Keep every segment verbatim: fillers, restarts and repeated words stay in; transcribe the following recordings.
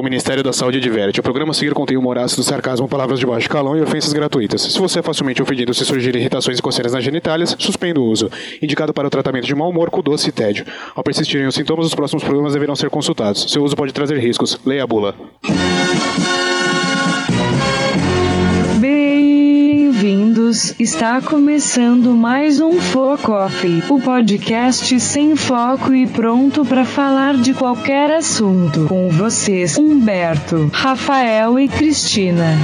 O Ministério da Saúde adverte. O programa a seguir contém humor ácido, sarcasmo, palavras de baixo calão e ofensas gratuitas. Se você é facilmente ofendido se surgirem irritações e coceiras nas genitálias, suspenda o uso. Indicado para o tratamento de mau humor, com doce e tédio. Ao persistirem os sintomas, os próximos programas deverão ser consultados. Seu uso pode trazer riscos. Leia a bula. Bem-vindos, está começando mais um Focoff, o podcast sem foco e pronto para falar de qualquer assunto. Com vocês, Humberto, Rafael e Cristina.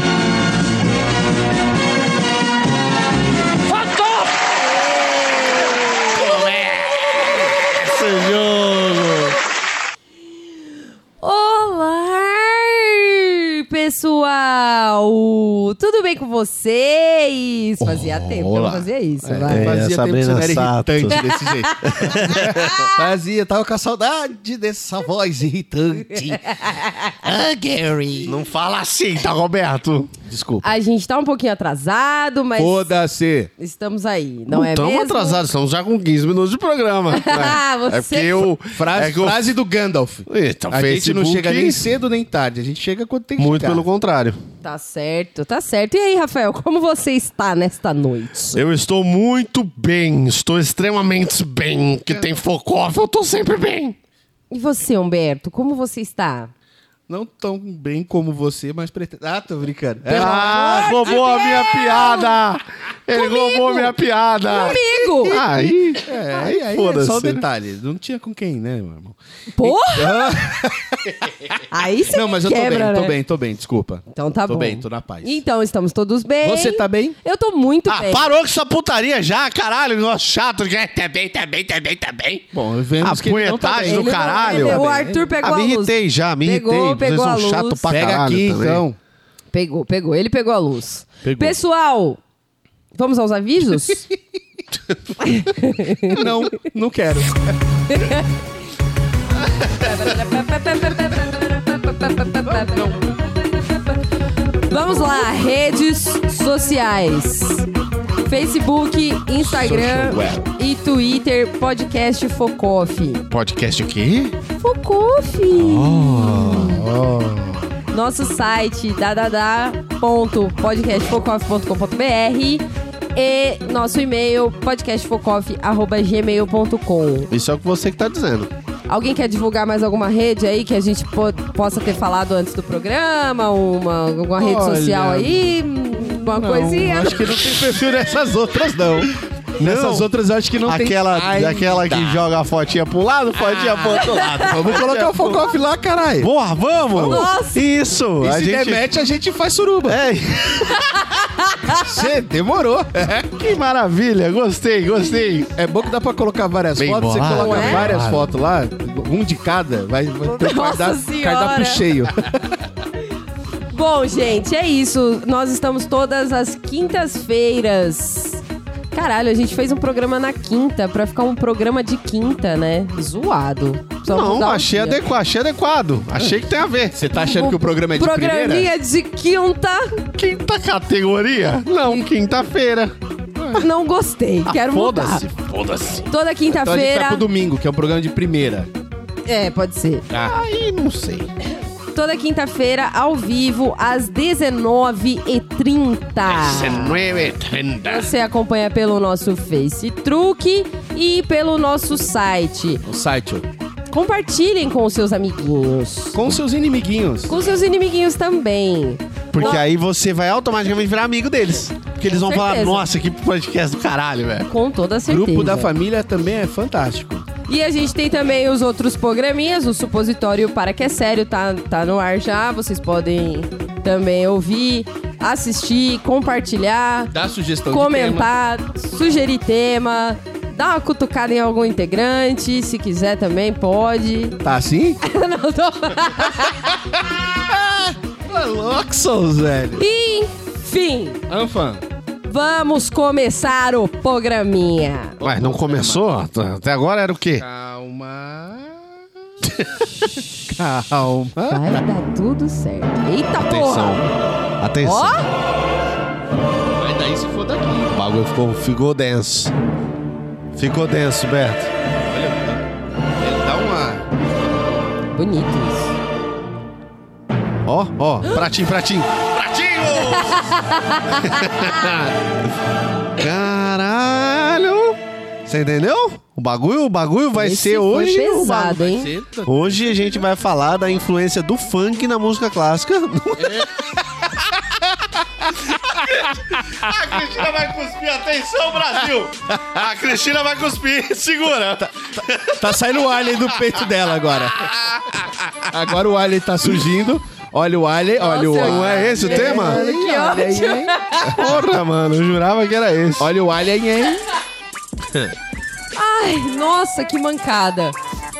Pessoal, tudo bem com vocês? Fazia oh, tempo que eu não fazia isso, é, vai. É, fazia tempo que você não era Sato. irritante desse jeito. Fazia, tava com a saudade dessa voz irritante. Ah, Gary. Não fala assim, tá, Roberto? Desculpa. A gente tá um pouquinho atrasado, mas... Foda-se. Estamos aí, não, não é estamos mesmo? atrasados, estamos já com quinze minutos de programa. Ah, é, você... é porque eu... Frase, é que eu... frase do Gandalf. Eita, a Facebook... gente não chega nem cedo nem tarde, a gente chega quando tem que Muito chegar. pelo contrário. Tá certo, tá certo. E aí, Rafael, como você está nesta noite? Eu estou muito bem, estou extremamente bem. Que tem Focoff, eu tô sempre bem. E você, Humberto, como você está? Não tão bem como você, mas pretendo... Ah, tô brincando. É. Ah, roubou a minha piada! Ele Comigo. roubou minha piada! Comigo! Aí, É, aí, aí é só o detalhe. Não tinha com quem, né, meu irmão? Porra! Aí você Não, mas eu tô quebra, bem, né? tô bem, tô bem, desculpa. Então tá tô bom. Tô bem, tô na paz. Então, estamos todos bem. Você tá bem? Eu tô muito Ah, bem. parou com essa putaria já, caralho, negócio chato. Já tá bem, tá bem, tá bem, tá bem. Bom, vemos A que ele não tá punhetagem bem. do Ele não- caralho. ele- o Tá bem. Arthur pegou Ah, a me luz. irritei já, me Pegou, irritei. pegou Vocês a são luz. chato pra Pega caralho aqui, também. então. Pegou, pegou. Ele pegou a luz. Pegou. Pessoal, vamos aos avisos? Não, não quero. Vamos lá, redes sociais. Facebook, Instagram e Twitter, podcast Focoff. Podcast o quê? Focoff! Oh. Nosso site, dadadá ponto podcast focoff ponto com ponto b r e nosso e-mail, podcastfocoff arroba gmail ponto com. Isso é o que você que tá dizendo. Alguém quer divulgar mais alguma rede aí que a gente po- possa ter falado antes do programa? Uma, alguma rede Olha, social aí? Uma Não, coisinha? acho que não tem perfil nessas outras, não. Nessas outras eu acho que não Aquela, tem. aquela que joga a fotinha pro lado, fotinha pro outro lado. Vamos colocar o Focoff lá, caralho. Porra, vamos? Nossa. Isso. E a se gente... demete, a gente faz suruba. É, Você demorou. que maravilha. Gostei, gostei. É bom que dá pra colocar várias Bem fotos. Você bolado. coloca Não é? várias fotos lá, um de cada, vai, vai ter um Nossa cardápio, Senhora. cardápio cheio. Bom, gente, é isso. Nós estamos todas as quintas-feiras. Caralho, a gente fez um programa na quinta pra ficar um programa de quinta, né? Zoado. Só Não, mudar o achei dia. adequado, achei adequado. Achei que tem a ver. Você tá achando que o programa é de Programinha primeira? de quinta, Quinta categoria? Não, quinta-feira. não gostei. Quero mudar. Foda-se, foda-se. Toda Então a gente quinta-feira. vai pro domingo, que é um programa de primeira. É, pode ser. Aí não sei. Toda quinta-feira, ao vivo, às dezenove e trinta. dezenove e trinta. Você acompanha pelo nosso Face Truque e pelo nosso site. O site, ó. Compartilhem com os seus amiguinhos. Com seus inimiguinhos. Com seus inimiguinhos também. Porque Ó, aí você vai automaticamente virar amigo deles. Porque eles vão falar, certeza. nossa, que podcast do caralho, velho. Com toda certeza. Grupo da família também é fantástico. E a gente tem também os outros programinhas. O Supositório Para Que É Sério tá, tá no ar já. Vocês podem também ouvir, assistir, compartilhar, Dá sugestão comentar, sugerir tema, dar uma cutucada em algum integrante. Se quiser também, pode. de tema. Tá assim? Não tô... Loxos, velho. Enfim, Anfan. vamos começar o programinha. Ué, não começou? Até agora era o quê? Calma. Calma. Vai dar tudo certo. Eita Atenção. porra! Atenção. Ó! Mas daí se for daqui. O bagulho ficou, ficou denso. Ficou denso, Beto. Olha, ele dá uma... Bonito isso. Ó, ó, pratinho, pratinho. Pratinho! Caralho! Você entendeu? O bagulho, o bagulho vai Esse ser foi hoje. pesado, o bagulho vai hein? ser- Hoje a gente vai falar da influência do funk na música clássica. A Cristina vai cuspir, atenção, Brasil! A Cristina vai cuspir, segura! Tá, tá saindo o alien do peito dela agora. Agora o alien tá surgindo. Olha o alien, olha o Nossa, alien. Não é esse o tema? Que ótimo. Porra, mano, eu jurava que era esse. Olha o alien, hein? Ai, nossa, que mancada.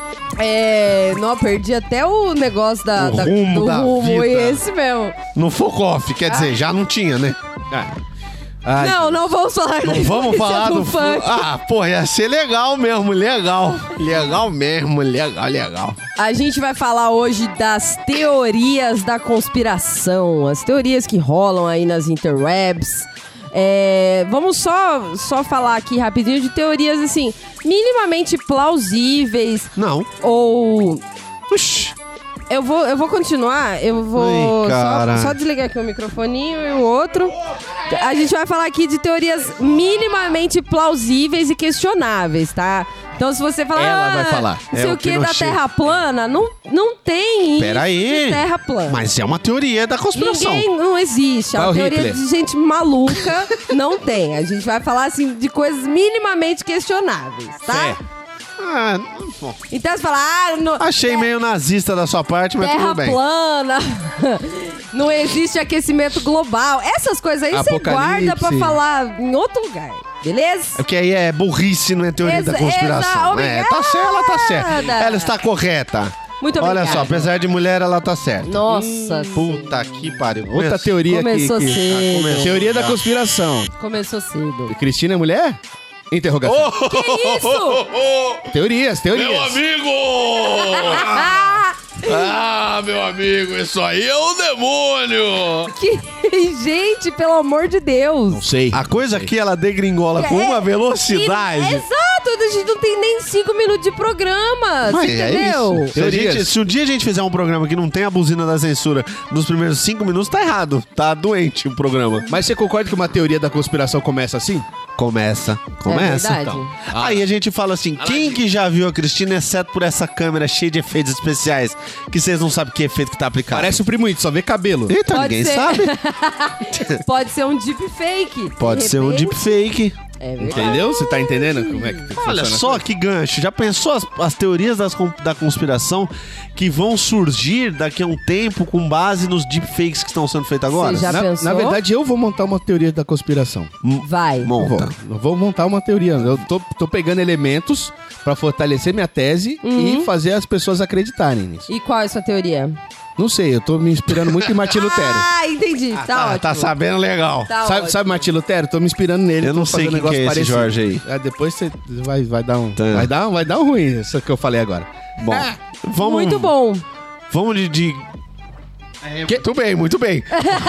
É, não, perdi até o negócio da, O da- rumo do da rumo, vida. esse mesmo. No Focoff, quer dizer, já não tinha, né? Ai, Não, não vamos falar da Não vamos influência falar do funk. Ah, porra, ia ser legal mesmo, legal. Legal mesmo, legal, legal. A gente vai falar hoje das teorias da conspiração, as teorias que rolam aí nas interwebs. É, vamos só, só falar aqui rapidinho de teorias, assim, minimamente plausíveis Não. ou... Oxi. Eu vou, eu vou continuar, eu vou Ai, cara. só, só desligar aqui o microfoninho e o outro. A gente vai falar aqui de teorias minimamente plausíveis e questionáveis, tá? Então se você falar... Ela ah, vai falar. Não É sei o o que que da não chega. Terra plana, não, não tem isso Pera aí. de Terra plana. Mas é uma teoria da conspiração. Ninguém, não existe. É Vai uma o teoria Hitler. de gente maluca, não tem. A gente vai falar, assim, de coisas minimamente questionáveis, tá? Fé. Ah, bom. Então você fala, ah, no, Achei meio nazista da sua parte, mas Terra tudo bem. plana, não existe aquecimento global. Essas coisas aí você Apocalipse. guarda pra falar em outro lugar, beleza? Porque aí é burrice, não é teoria Exa- da conspiração. exa- É, tá certo, ela tá certa. obrigada. Ela está correta. Muito Olha obrigada. só, apesar de mulher, ela tá certa. Nossa, Puta que pariu. Outra Começou. teoria aqui. Começou que- cedo. começou. Teoria da conspiração. começou cedo. Cristina é mulher? Interrogação. Oh! Que isso? Teorias, teorias. Meu amigo! Ah, Ah, meu amigo, isso aí é um demônio! que... Gente, pelo amor de Deus. Não sei. A coisa aqui, ela degringola com É, uma velocidade. E- exato, a gente não tem nem cinco minutos de programa. Mas Você é entendeu? isso. Se, a Teorias. gente- se um dia a gente fizer um programa que não tem a buzina da censura nos primeiros cinco minutos, tá errado. Tá doente o programa. Mas você concorda que uma teoria da conspiração começa assim? Começa. Começa. É verdade. Então. Aí a gente fala assim, quem que já viu a Cristina, exceto por essa câmera cheia de efeitos especiais, que vocês não sabem que efeito que tá aplicado? Parece o primo Ito, só vê cabelo. Eita, Pode ninguém ser. sabe. Pode ser um deepfake. Pode De ser um repente. deepfake. É verdade. Entendeu? Você tá entendendo como é que Olha funciona? só que gancho. Já pensou as, as teorias das con- da conspiração que vão surgir daqui a um tempo com base nos deepfakes que estão sendo feitos agora? Você já Na, pensou? na verdade, eu vou montar uma teoria da conspiração. Vai. Monta. Vou, eu vou montar uma teoria. Eu tô, tô pegando elementos pra fortalecer minha tese Uhum. e fazer as pessoas acreditarem nisso. E qual é a sua teoria? Não sei, eu tô me inspirando muito em Martin Lutero. Ah, entendi. tá Tá, ótimo. tá sabendo legal. Tá Sabe, ótimo. sabe Martin Lutero? Tô me inspirando nele. Eu não tô sei fazendo quem que é esse Jorge aí. É, depois você vai, vai dar um. Tá. Vai, dar, vai dar um ruim, isso que eu falei agora. Bom, vamos, Muito bom. Vamos de... de... É, muito bem, muito bem.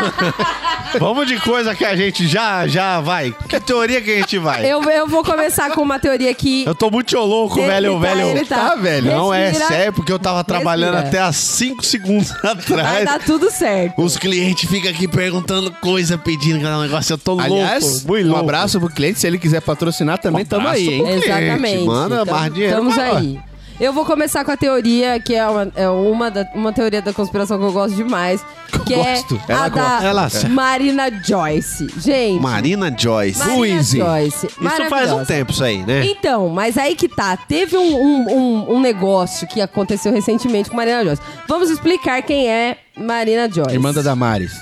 Vamos de coisa que a gente já, já vai. Que teoria que a gente vai? Eu, eu vou começar com uma teoria que... Eu tô muito louco, Ele velho, tá, velho. ele tá. Tá, velho. Não é Respira. sério, porque eu tava trabalhando Respira. até há cinco segundos Vai atrás. dar tudo certo. Os clientes ficam aqui perguntando coisa, pedindo cada negócio. Eu tô Aliás, louco, muito um louco. abraço pro cliente. Se ele quiser patrocinar, também tamo aí, hein? cliente, Exatamente. manda Tamo- mais dinheiro Estamos pra nós. aí. Eu vou começar com a teoria, que é uma, é uma, da- uma teoria da conspiração que eu gosto demais. Que gosto. é Ela a da gosta. Ela- Marina Joyce. Gente, Marina Joyce. Marina Louise. Joyce. Isso faz um maravilhosa. tempo isso aí, né? Então, mas aí que tá. Teve um, um, um, um negócio que aconteceu recentemente com Marina Joyce. Vamos explicar quem é Marina Joyce. Irmã da Damares.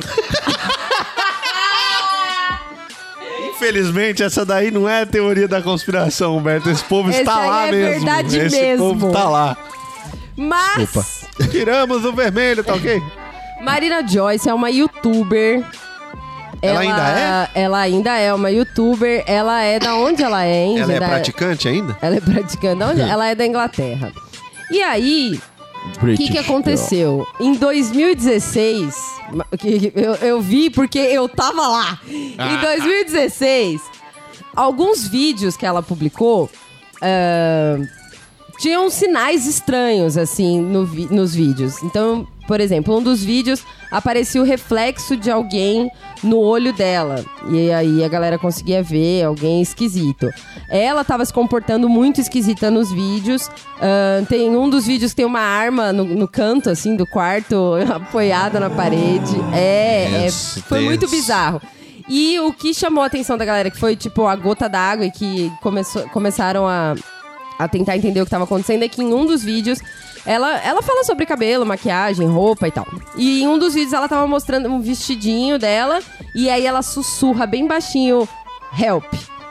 Infelizmente, essa daí não é a teoria da conspiração, Humberto. Esse povo Esse está aí lá é mesmo. verdade Esse mesmo. povo tá lá. Mas Tiramos o vermelho, tá ok? Marina Joyce é uma youtuber. Ela ainda é? Ela ainda é uma youtuber. Ela é da onde ela é, hein? Ela é Da- praticante ainda? Ela é praticante. Da onde? Ela é da Inglaterra. E aí, o que, que aconteceu? Em dois mil e dezesseis, ma- que- eu, eu vi porque eu tava lá. Em dois mil e dezesseis, alguns vídeos que ela publicou ah, tinham sinais estranhos, assim, no vi- nos vídeos. Então, por exemplo, um dos vídeos aparecia o reflexo de alguém no olho dela. E aí a galera conseguia ver alguém esquisito. Ela tava se comportando muito esquisita nos vídeos. Uh, tem um dos vídeos que tem uma arma no, no canto, assim, do quarto, apoiada na parede. É, é foi muito bizarro. E o que chamou a atenção da galera, que foi, tipo, a gota d'água e que começou, começaram a, a tentar entender o que estava acontecendo, é que em um dos vídeos, ela, ela fala sobre cabelo, maquiagem, roupa e tal. E em um dos vídeos ela tava mostrando um vestidinho dela, e aí ela sussurra bem baixinho, help.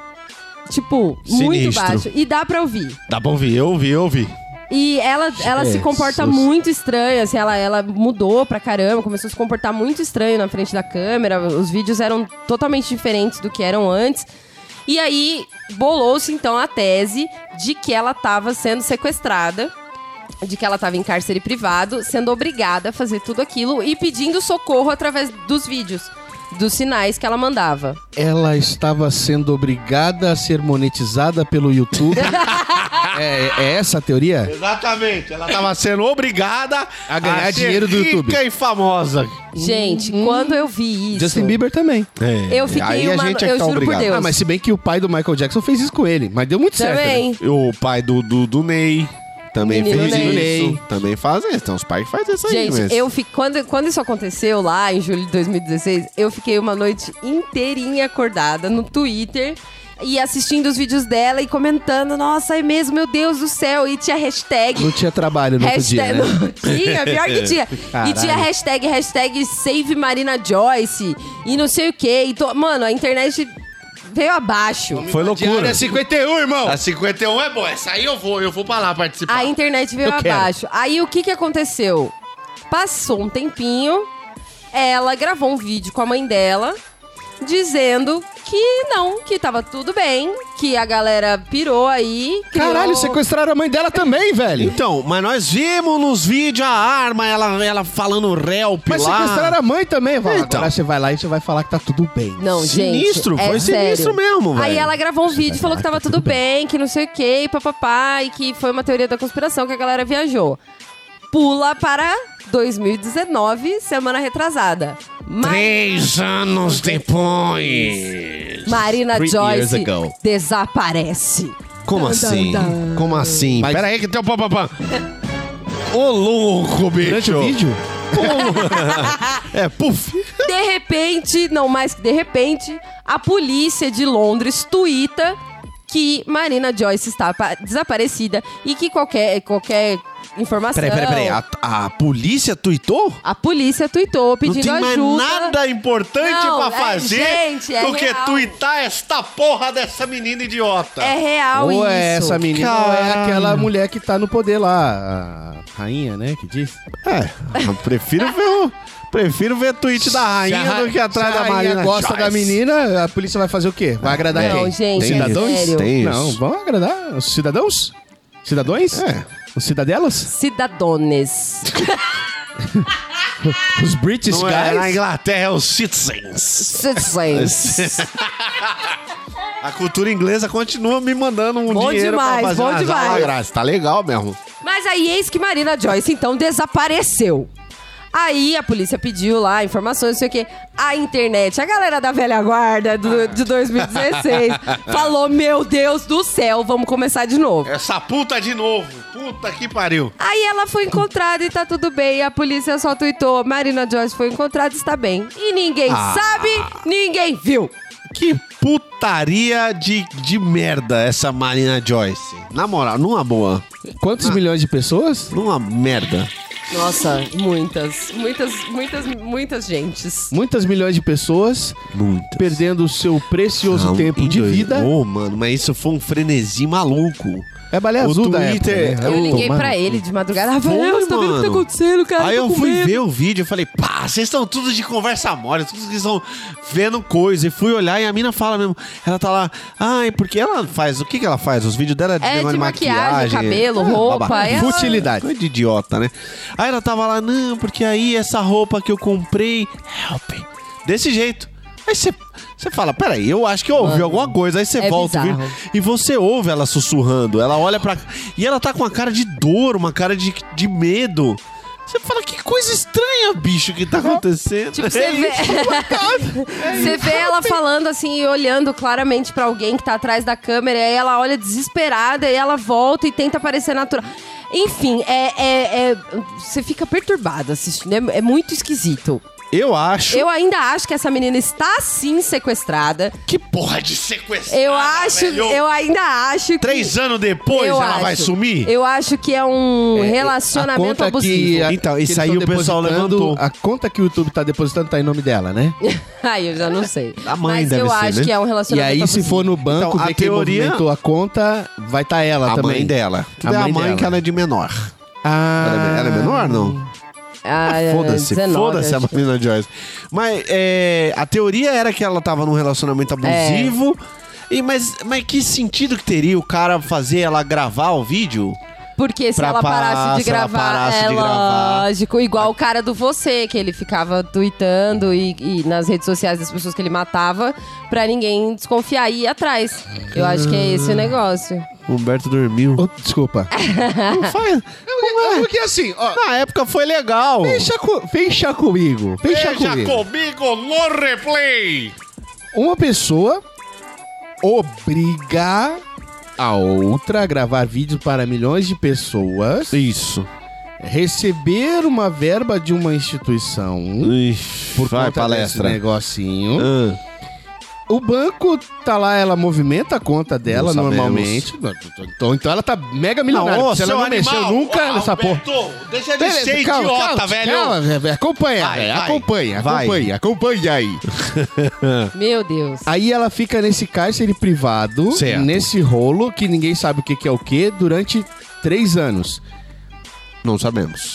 Tipo, Sinistro. Muito baixo. E dá pra ouvir. Dá pra ouvir, eu ouvi, eu ouvi. E ela, ela se comporta Jesus. muito estranho, assim, ela, ela mudou pra caramba, começou a se comportar muito estranho na frente da câmera, os vídeos eram totalmente diferentes do que eram antes. E aí, bolou-se então a tese de que ela estava sendo sequestrada, de que ela estava em cárcere privado, sendo obrigada a fazer tudo aquilo e pedindo socorro através dos vídeos, dos sinais que ela mandava. Ela estava sendo obrigada a ser monetizada pelo YouTube. é, é essa a teoria? Exatamente. Ela tava sendo obrigada A ganhar ser dinheiro do rica YouTube. e famosa. Gente, quando eu vi isso... Justin Bieber também. É. Eu fiquei Aí a uma... gente é que eu tá juro por obrigado. Deus. Ah, mas se bem que o pai do Michael Jackson fez isso com ele. Mas deu muito certo. Também. Né? E o pai do, do, do Ney também Menino fez Ney. isso. Também faz isso. Tem uns pais que fazem isso aí Gente, mesmo. eu fi... quando, quando isso aconteceu lá em julho de dois mil e dezesseis, eu fiquei uma noite inteirinha acordada no Twitter e assistindo os vídeos dela e comentando, nossa, é mesmo, meu Deus do céu. E tinha hashtag... Não tinha trabalho no outro dia, Hashtag, né? não tinha, pior que tinha. Caralho. E tinha hashtag, hashtag Save Marina Joyce e não sei o quê. E to... Mano, a internet veio abaixo. Foi loucura. Diário é cinquenta e um, irmão. A cinquenta e um é boa. Essa aí eu vou. Eu vou pra lá participar. A internet veio Eu quero. abaixo. Aí o que que aconteceu? Passou um tempinho, ela gravou um vídeo com a mãe dela, dizendo que não, que tava tudo bem, que a galera pirou aí. criou- Caralho, sequestraram a mãe dela também, velho. Então, mas nós vimos nos vídeos a arma, ela, ela falando help Mas lá. sequestraram a mãe também, Val. Então. Agora você vai lá e você vai falar que tá tudo bem. Não, Sinistro, gente, é foi sério. sinistro mesmo, velho. Aí ela gravou um vídeo e falou que tava tudo bem, que não sei o que, papapá, e que foi uma teoria da conspiração que a galera viajou. Pula para dois mil e dezenove, semana retrasada. Ma- Três anos depois. Marina Three years Joyce ago. desaparece. Como Dun, assim? dun, dun. Como assim? Mas- Pera aí que tem um pam, pam, pam. Ô, louco, bicho. Durante o vídeo? É, puf. De repente, não mais que de repente, a polícia de Londres tuita que Marina Joyce está pa- desaparecida e que qualquer, qualquer informação... Peraí, peraí, peraí. A, a polícia tuitou? A polícia tuitou Não pedindo tem mais ajuda. nada importante Não, pra é, fazer gente, é do que real. tuitar esta porra dessa menina idiota. É real Ou isso. é essa menina ou é Caralho. aquela mulher que tá no poder lá. A rainha, né? Que diz. É, eu prefiro ver o... Prefiro ver tweet da rainha Se a ra- do que atrás se a da rainha Marina gosta Joyce. da menina, a polícia vai fazer o quê? Vai agradar Não, quem? gente, Os cidadãos? sério. Tem isso. Não, vão agradar os cidadãos? Cidadões? É. Os cidadelas? Cidadones. Os British Não é, na guys? Inglaterra é os citizens. Citizens. A cultura inglesa continua me mandando um Bom dinheiro demais, pra fazer bom umas demais. aulas grátis. Tá legal mesmo. Mas aí, eis que Marina Joyce, então, desapareceu. Aí a polícia pediu lá informações, não sei o quê. A internet, a galera da velha guarda do- de dois mil e dezesseis, falou: meu Deus do céu, vamos começar de novo. Essa puta de novo. Puta que pariu. Aí ela foi encontrada e tá tudo bem. E a polícia só tuitou: Marina Joyce foi encontrada e está bem. E ninguém Ah. sabe, ninguém viu. Que putaria de, de merda essa Marina Joyce. Na moral, numa boa. Quantos milhões de pessoas? Numa merda. Nossa, muitas, muitas, muitas, muitas gentes. Muitas milhões de pessoas Muito. perdendo o seu precioso Não, tempo em de dois- vida. Ô, mano, mas isso foi um frenesi maluco. É baleia O azul da Twitter- época, né? Eu É o- liguei mano, pra ele de madrugada. Foi, Rafael, você tá vendo o que tá mano. acontecendo, cara? Aí Tô eu com fui medo. ver o vídeo e falei, pá, vocês estão tudo de conversa mole, todos que estão vendo coisa. E fui olhar e a mina fala mesmo, ela tá lá, ai, porque ela faz, o que que ela faz? Os vídeos dela é de, É, negócio de de maquiagem, maquiagem. cabelo, Ah, roupa, babaca. ela- Futilidade. Coisa de idiota, né? Aí ela tava lá, não, porque aí essa roupa que eu comprei, help, desse jeito. Aí você você fala, peraí, eu acho que eu ouvi Mano, alguma coisa. Aí você é volta o vídeo bizarro. e você ouve ela sussurrando. Ela olha pra... E ela tá com uma cara de dor, uma cara de, de medo. Você fala, que coisa estranha, bicho, que tá acontecendo. Tipo, você vê... Você vê ela falando assim e olhando claramente pra alguém que tá atrás da câmera, e aí ela olha desesperada e ela volta e tenta parecer natural. Enfim, é, é, é... você fica perturbado assistindo, é, é muito esquisito. Eu acho... Eu ainda acho que essa menina está sim sequestrada. Que porra de sequestrada, Eu acho, velho? eu ainda acho que... Três anos depois eu ela acho, vai sumir? Eu acho que é um É, relacionamento a conta abusivo. que, a- Então, que isso eles aí tão o pessoal depositando- levantou. A conta que o YouTube tá depositando tá em nome dela, né? Ai, eu já não sei. A mãe Mas deve eu ser, acho né? que é um E relacionamento aí, se abusivo. for no banco, Então, a ver quem teoria- movimentou a conta, vai estar ela A também. mãe dela. Tudo A é a mãe mãe dela. que ela é de menor. Ah, Ela é, ela é menor, não? Ah, Foda-se, dezenove, foda-se a acho. Marina Joyce. Mas é, a teoria era que ela tava num relacionamento abusivo. E, mas, mas que sentido que teria o cara fazer ela gravar o vídeo? Porque se Pra ela parasse parar, de se ela gravar, parasse é de gravar. lógico. Igual o cara do Você, que ele ficava tweetando e, e nas redes sociais das pessoas que ele matava pra ninguém desconfiar e ir atrás. Eu acho que é esse o negócio. Humberto dormiu. oh, desculpa. Não faz. Porque assim, ó, Na época foi legal. fecha, co- fecha comigo. Fecha comigo. comigo no replay. Uma pessoa obriga a outra a gravar vídeos para milhões de pessoas, Isso. receber uma verba de uma instituição Ixi, por vai, conta palestra. desse negocinho. Ah, O banco tá lá, ela movimenta a conta dela Não normalmente. Então, então ela tá mega milionária. ô, Se ela seu não mexeu animal. nunca Ah, nessa porra. Alberto, deixa de Beleza, ser calma, idiota, calma, velho. calma, velho, acompanha, Vai, velho, vai. acompanha, Vai. acompanha, acompanha aí. Meu Deus. Aí ela fica nesse cárcere privado, Certo. nesse rolo, que ninguém sabe o que, que é o que, durante três anos. Não sabemos.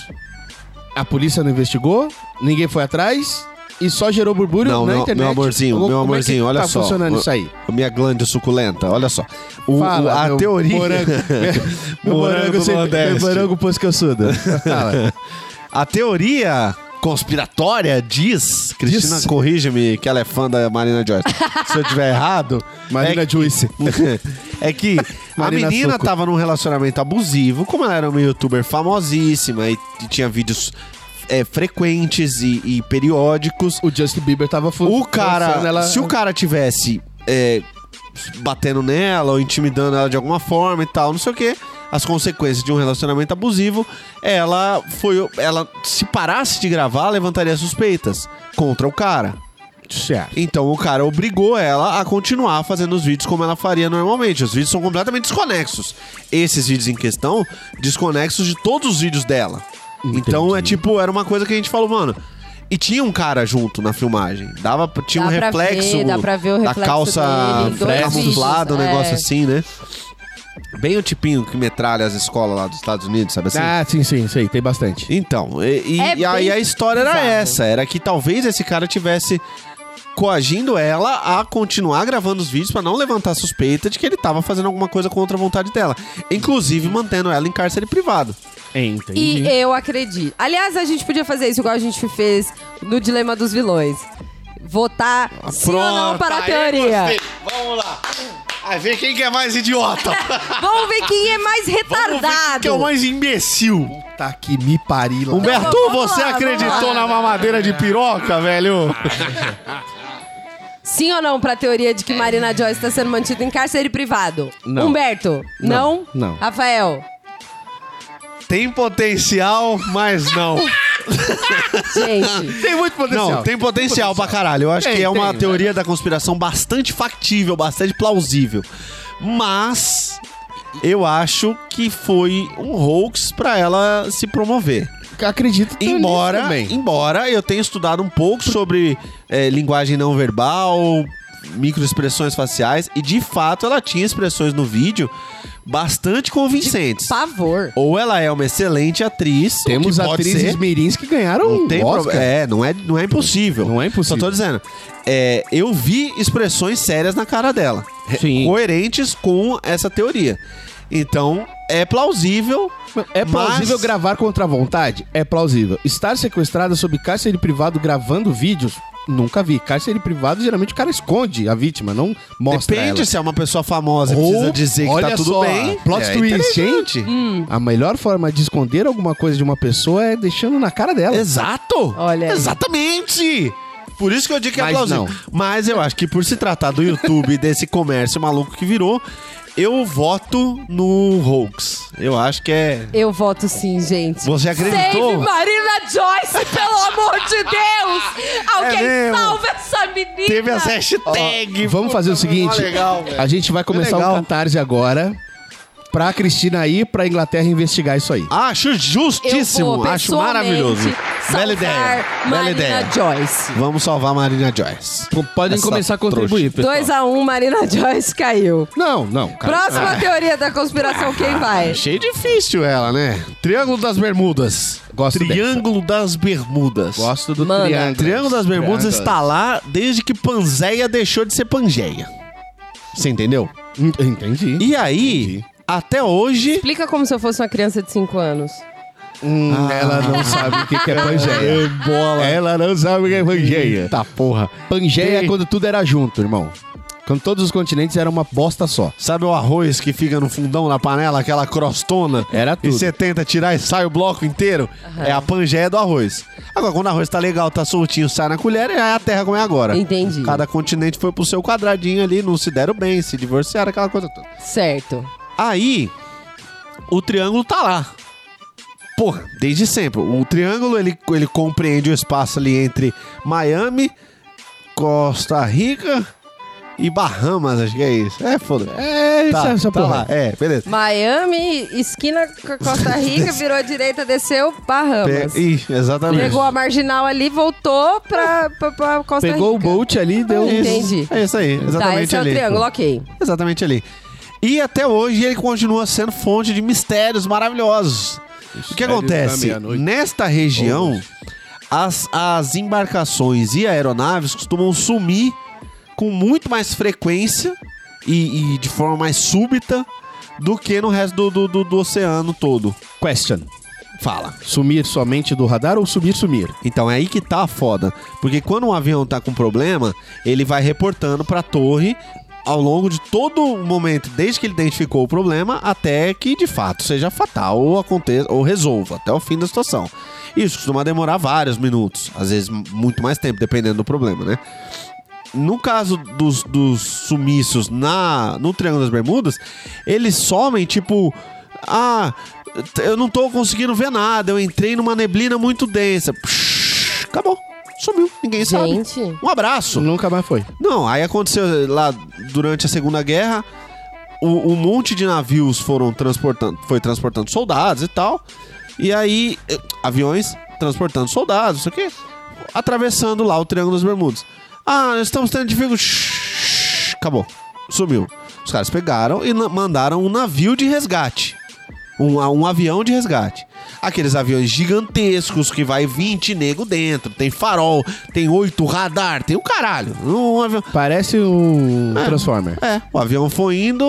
A polícia não investigou, ninguém foi atrás e só gerou burburinho Não, na meu, internet. meu amorzinho, Como- meu como é que amorzinho, olha tá só. funcionando isso aí? A minha glândula suculenta, olha só. O, Fala, o- a meu teoria. Morango, meu Morango morango, do sem- Nordeste. meu morango poscaçudo. Fala. A teoria conspiratória diz. Cristina, Diz. corrige-me, que ela é fã da Marina Joyce. Se eu tiver errado. Marina é que- Joyce. É que a Marina menina Suco. tava num relacionamento abusivo, como ela era uma youtuber famosíssima e, e tinha vídeos é, frequentes e, e periódicos. O Justin Bieber tava fu- O cara, forçando ela... se o cara tivesse é, batendo nela ou intimidando ela de alguma forma e tal, não sei o que, as consequências de um relacionamento abusivo, ela foi, ela se parasse de gravar, levantaria suspeitas contra o cara. Certo. Então o cara obrigou ela a continuar fazendo os vídeos como ela faria normalmente. Os vídeos são completamente desconexos. Esses vídeos em questão, desconexos de todos os vídeos dela. Então é tipo, era uma coisa que a gente falou, mano. E tinha um cara junto na filmagem. Dava, tinha Dá um pra reflexo ver, dá pra ver o da reflexo calça dele em dois camuflada, um vídeos, negócio é. assim, né? Bem o tipinho que metralha as escolas lá dos Estados Unidos, sabe assim? Ah, sim, sim, sei, tem bastante. Então, e, e- É e aí bem a história era bizarro. essa. Era que talvez esse cara tivesse coagindo ela a continuar gravando os vídeos pra não levantar suspeita de que ele tava fazendo alguma coisa contra a vontade dela. Inclusive mantendo ela em cárcere privado. Entendi. E eu acredito. Aliás, a gente podia fazer isso igual a gente fez no Dilema dos Vilões. Votar sim ou não para a teoria. Vamos lá. Aí vê quem que é mais idiota. Vamos ver quem é mais retardado. Quem é o mais imbecil. Tá que me parila. Humberto, Então, vamos você lá, acreditou vamos lá. na mamadeira de piroca, velho? Sim ou não para a teoria de que Marina Joyce está sendo mantida em cárcere privado? Não. Humberto, não? Não, não. Rafael, Tem potencial, mas não. gente. Tem muito potencial. Não, tem potencial pra caralho. Eu acho Tem, que é uma tem, teoria da conspiração bastante factível, bastante plausível. Mas eu acho que foi um hoax pra ela se promover. Acredito nisso Embora, também. embora eu tenha estudado um pouco sobre é, linguagem não verbal, microexpressões faciais, e de fato ela tinha expressões no vídeo bastante convincentes. Pavor. Ou ela é uma excelente atriz, Temos o que pode atrizes ser. mirins que ganharam Não um tem Oscar. problema. É, não é, não é impossível. Não é impossível. Só tô dizendo. É, eu vi expressões sérias na cara dela. re- Sim. Coerentes com essa teoria. Então, é plausível. É plausível mas- gravar contra a vontade? É plausível. Estar sequestrada sob cárcere privado gravando vídeos? Nunca vi. Cárcere privado, geralmente o cara esconde a vítima, não mostra Depende ela. se é uma pessoa famosa e Ou, precisa dizer que olha tá tudo só, bem. plot é twist, hein? interessante. A melhor forma de esconder alguma coisa de uma pessoa é deixando na cara dela. Exato! Olha aí. Exatamente! Por isso que eu digo que é Mas plausível. não. Mas eu acho que por se tratar do YouTube e desse comércio maluco que virou, eu voto no hoax. Eu acho que é... Eu voto sim, gente. Você acreditou? Save Marina Joyce, pelo amor de Deus! Alguém mesmo. salva essa menina! Teve as hashtags. Vamos fazer o seguinte, legal, velho. a gente vai começar legal. o Catarse agora pra Cristina ir pra Inglaterra investigar isso aí. Acho Eu justíssimo. vou, Acho maravilhoso. pessoalmente, Bela ideia. salvar Bela Marina ideia. Joyce. Vamos salvar a Marina Joyce. P- Podem Essa começar a contribuir, pessoal. dois a um, Marina Joyce caiu. Não, não. Cara. Próxima teoria da conspiração, quem vai? Achei difícil ela, né? Triângulo das Bermudas. Gosto Triângulo das Bermudas. Gosto do Manda. triângulo. Triângulo das Bermudas Triângulo. está lá desde que Pangeia deixou de ser Pangeia. Você entendeu? Ent- Entendi. E aí, Entendi. até hoje... Explica como se eu fosse uma criança de cinco anos. Hum, ela não sabe o que, que é Pangeia. Ela não sabe o que é Pangeia. Tá, porra. Pangeia é Tem- quando tudo era junto, irmão. Quando todos os continentes eram uma bosta só. Sabe o arroz que fica no fundão da panela, aquela crostona? Era E tudo. você tenta tirar e sai o bloco inteiro? É a Pangeia do arroz. Agora, quando o arroz tá legal, tá soltinho, sai na colher, é a terra como é agora. Entendi. Cada continente foi pro seu quadradinho ali, não se deram bem, se divorciaram, aquela coisa toda. Certo. Aí, o triângulo tá lá. Porra, desde sempre. O triângulo, ele, ele compreende o espaço ali entre Miami, Costa Rica e Bahamas, acho que é isso. É, foda. É, Tá, essa tá porra. lá. É, beleza. Miami, esquina com Costa Rica, virou à direita, desceu, Bahamas. Pe- Ih, exatamente. Pegou a marginal ali, voltou pra, pra, pra Costa Pegou o Rica. bolt ali e deu... Isso. Entendi. É isso aí, exatamente Tá, esse é o ali. triângulo, ok. Exatamente ali. E até hoje ele continua sendo fonte de mistérios maravilhosos. O que Mistérios da acontece? meia-noite. Nesta região, as, as embarcações e aeronaves costumam sumir com muito mais frequência e, e de forma mais súbita do que no resto do, do, do, do oceano todo. Question. Fala. Sumir somente do radar ou subir, sumir? Então é aí que tá a foda. Porque quando um avião tá com problema, ele vai reportando pra torre ao longo de todo o momento, desde que ele identificou o problema, até que de fato seja fatal ou aconteça, ou resolva, até o fim da situação. Isso costuma demorar vários minutos, às vezes muito mais tempo, dependendo do problema, né? No caso dos, dos sumiços na, no Triângulo das Bermudas, eles somem tipo... Ah, eu não tô conseguindo ver nada, eu entrei numa neblina muito densa. Psh, acabou, sumiu, ninguém sabe. Gente, Um abraço. Nunca mais foi. Não, aí aconteceu lá durante a Segunda Guerra, o- um monte de navios foram transportando, foi transportando soldados e tal, e aí eh, aviões transportando soldados, isso aqui, atravessando lá o Triângulo das Bermudas. Ah, nós estamos tendo dificuldade. Shhh, acabou, sumiu. Os caras pegaram e na- mandaram um navio de resgate. Um, um avião de resgate. Aqueles aviões gigantescos que vai vinte nego dentro, tem farol, tem oito radar, tem o caralho. Um avião... Parece um Transformer. É, o avião foi indo.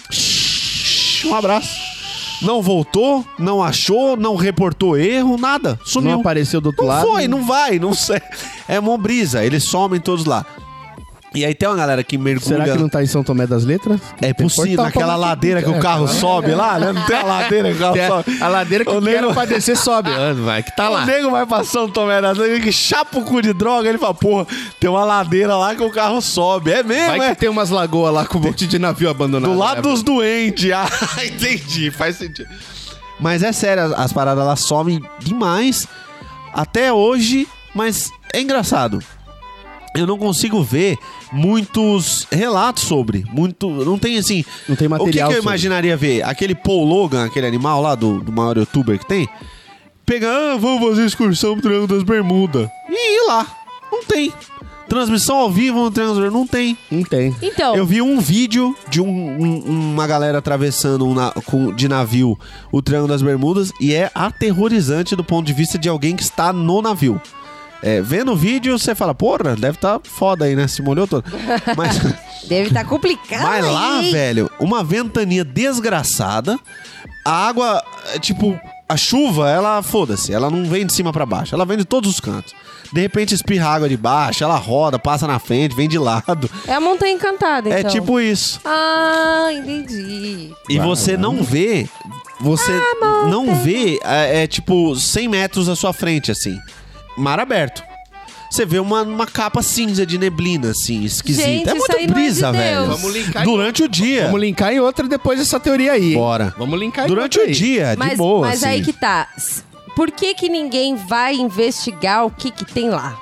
Um abraço. Não voltou, não achou, não reportou erro, nada. Sumiu. Não apareceu do outro Não lado. foi, não vai, não sei. É mó brisa, eles somem todos lá. E aí tem uma galera que mergulha... Será que não tá em São Tomé das Letras? É Tem possível, portal naquela pra- ladeira que o É, carro aquela- sobe lá, né? Não tem a ladeira que o carro Tem a- sobe. A ladeira que O o nego- nego pra descer sobe. Ah, vai, que tá lá. O nego vai pra São Tomé das Letras, que chapa o cu de droga, ele fala, porra, tem uma ladeira lá que o carro sobe. É mesmo, Vai é? que tem umas lagoas lá com um monte de navio abandonado. Do lado né? dos doentes. Ah, entendi, faz sentido. Mas é sério, as, as paradas elas somem demais até hoje, mas é engraçado. Eu não consigo ver muitos relatos sobre. Muito. Não tem assim. Não tem O que, que material eu sobre. imaginaria ver? Aquele Paul Logan, aquele animal lá do, do maior youtuber que tem. Pega, ah, vamos fazer excursão pro Triângulo das Bermudas. E ir lá. Não tem. Transmissão ao vivo no Triângulo das Bermudas? Não tem. Não tem. então, Eu vi um vídeo de um- um- uma galera atravessando um na- com- de navio o Triângulo das Bermudas e é aterrorizante do ponto de vista de alguém que está no navio. É, vendo o vídeo, você fala, porra, deve estar tá foda aí, né? Se molhou todo. Mas, deve estar complicado mas aí, lá, hein? velho, uma ventania desgraçada, a água, é, tipo, a chuva, ela, foda-se, ela não vem de cima pra baixo, ela vem de todos os cantos. De repente espirra água de baixo, ela roda, passa na frente, vem de lado. É a Montanha Encantada, então. É tipo isso. Ah, entendi. E você não vê... Você Ah, não vê, é, é tipo cem metros à sua frente, assim. Mar aberto. Você vê uma, uma capa cinza de neblina, assim, esquisita. Gente, é isso muito aí não é brisa, de velho. Deus. Vamos linkar Durante o dia. Vamos linkar em outra depois dessa teoria aí. hein? Bora. Vamos linkar em Durante outra o aí. dia, Mas, de boa, mas assim. aí que tá. S- Por que que ninguém vai investigar o que que tem lá?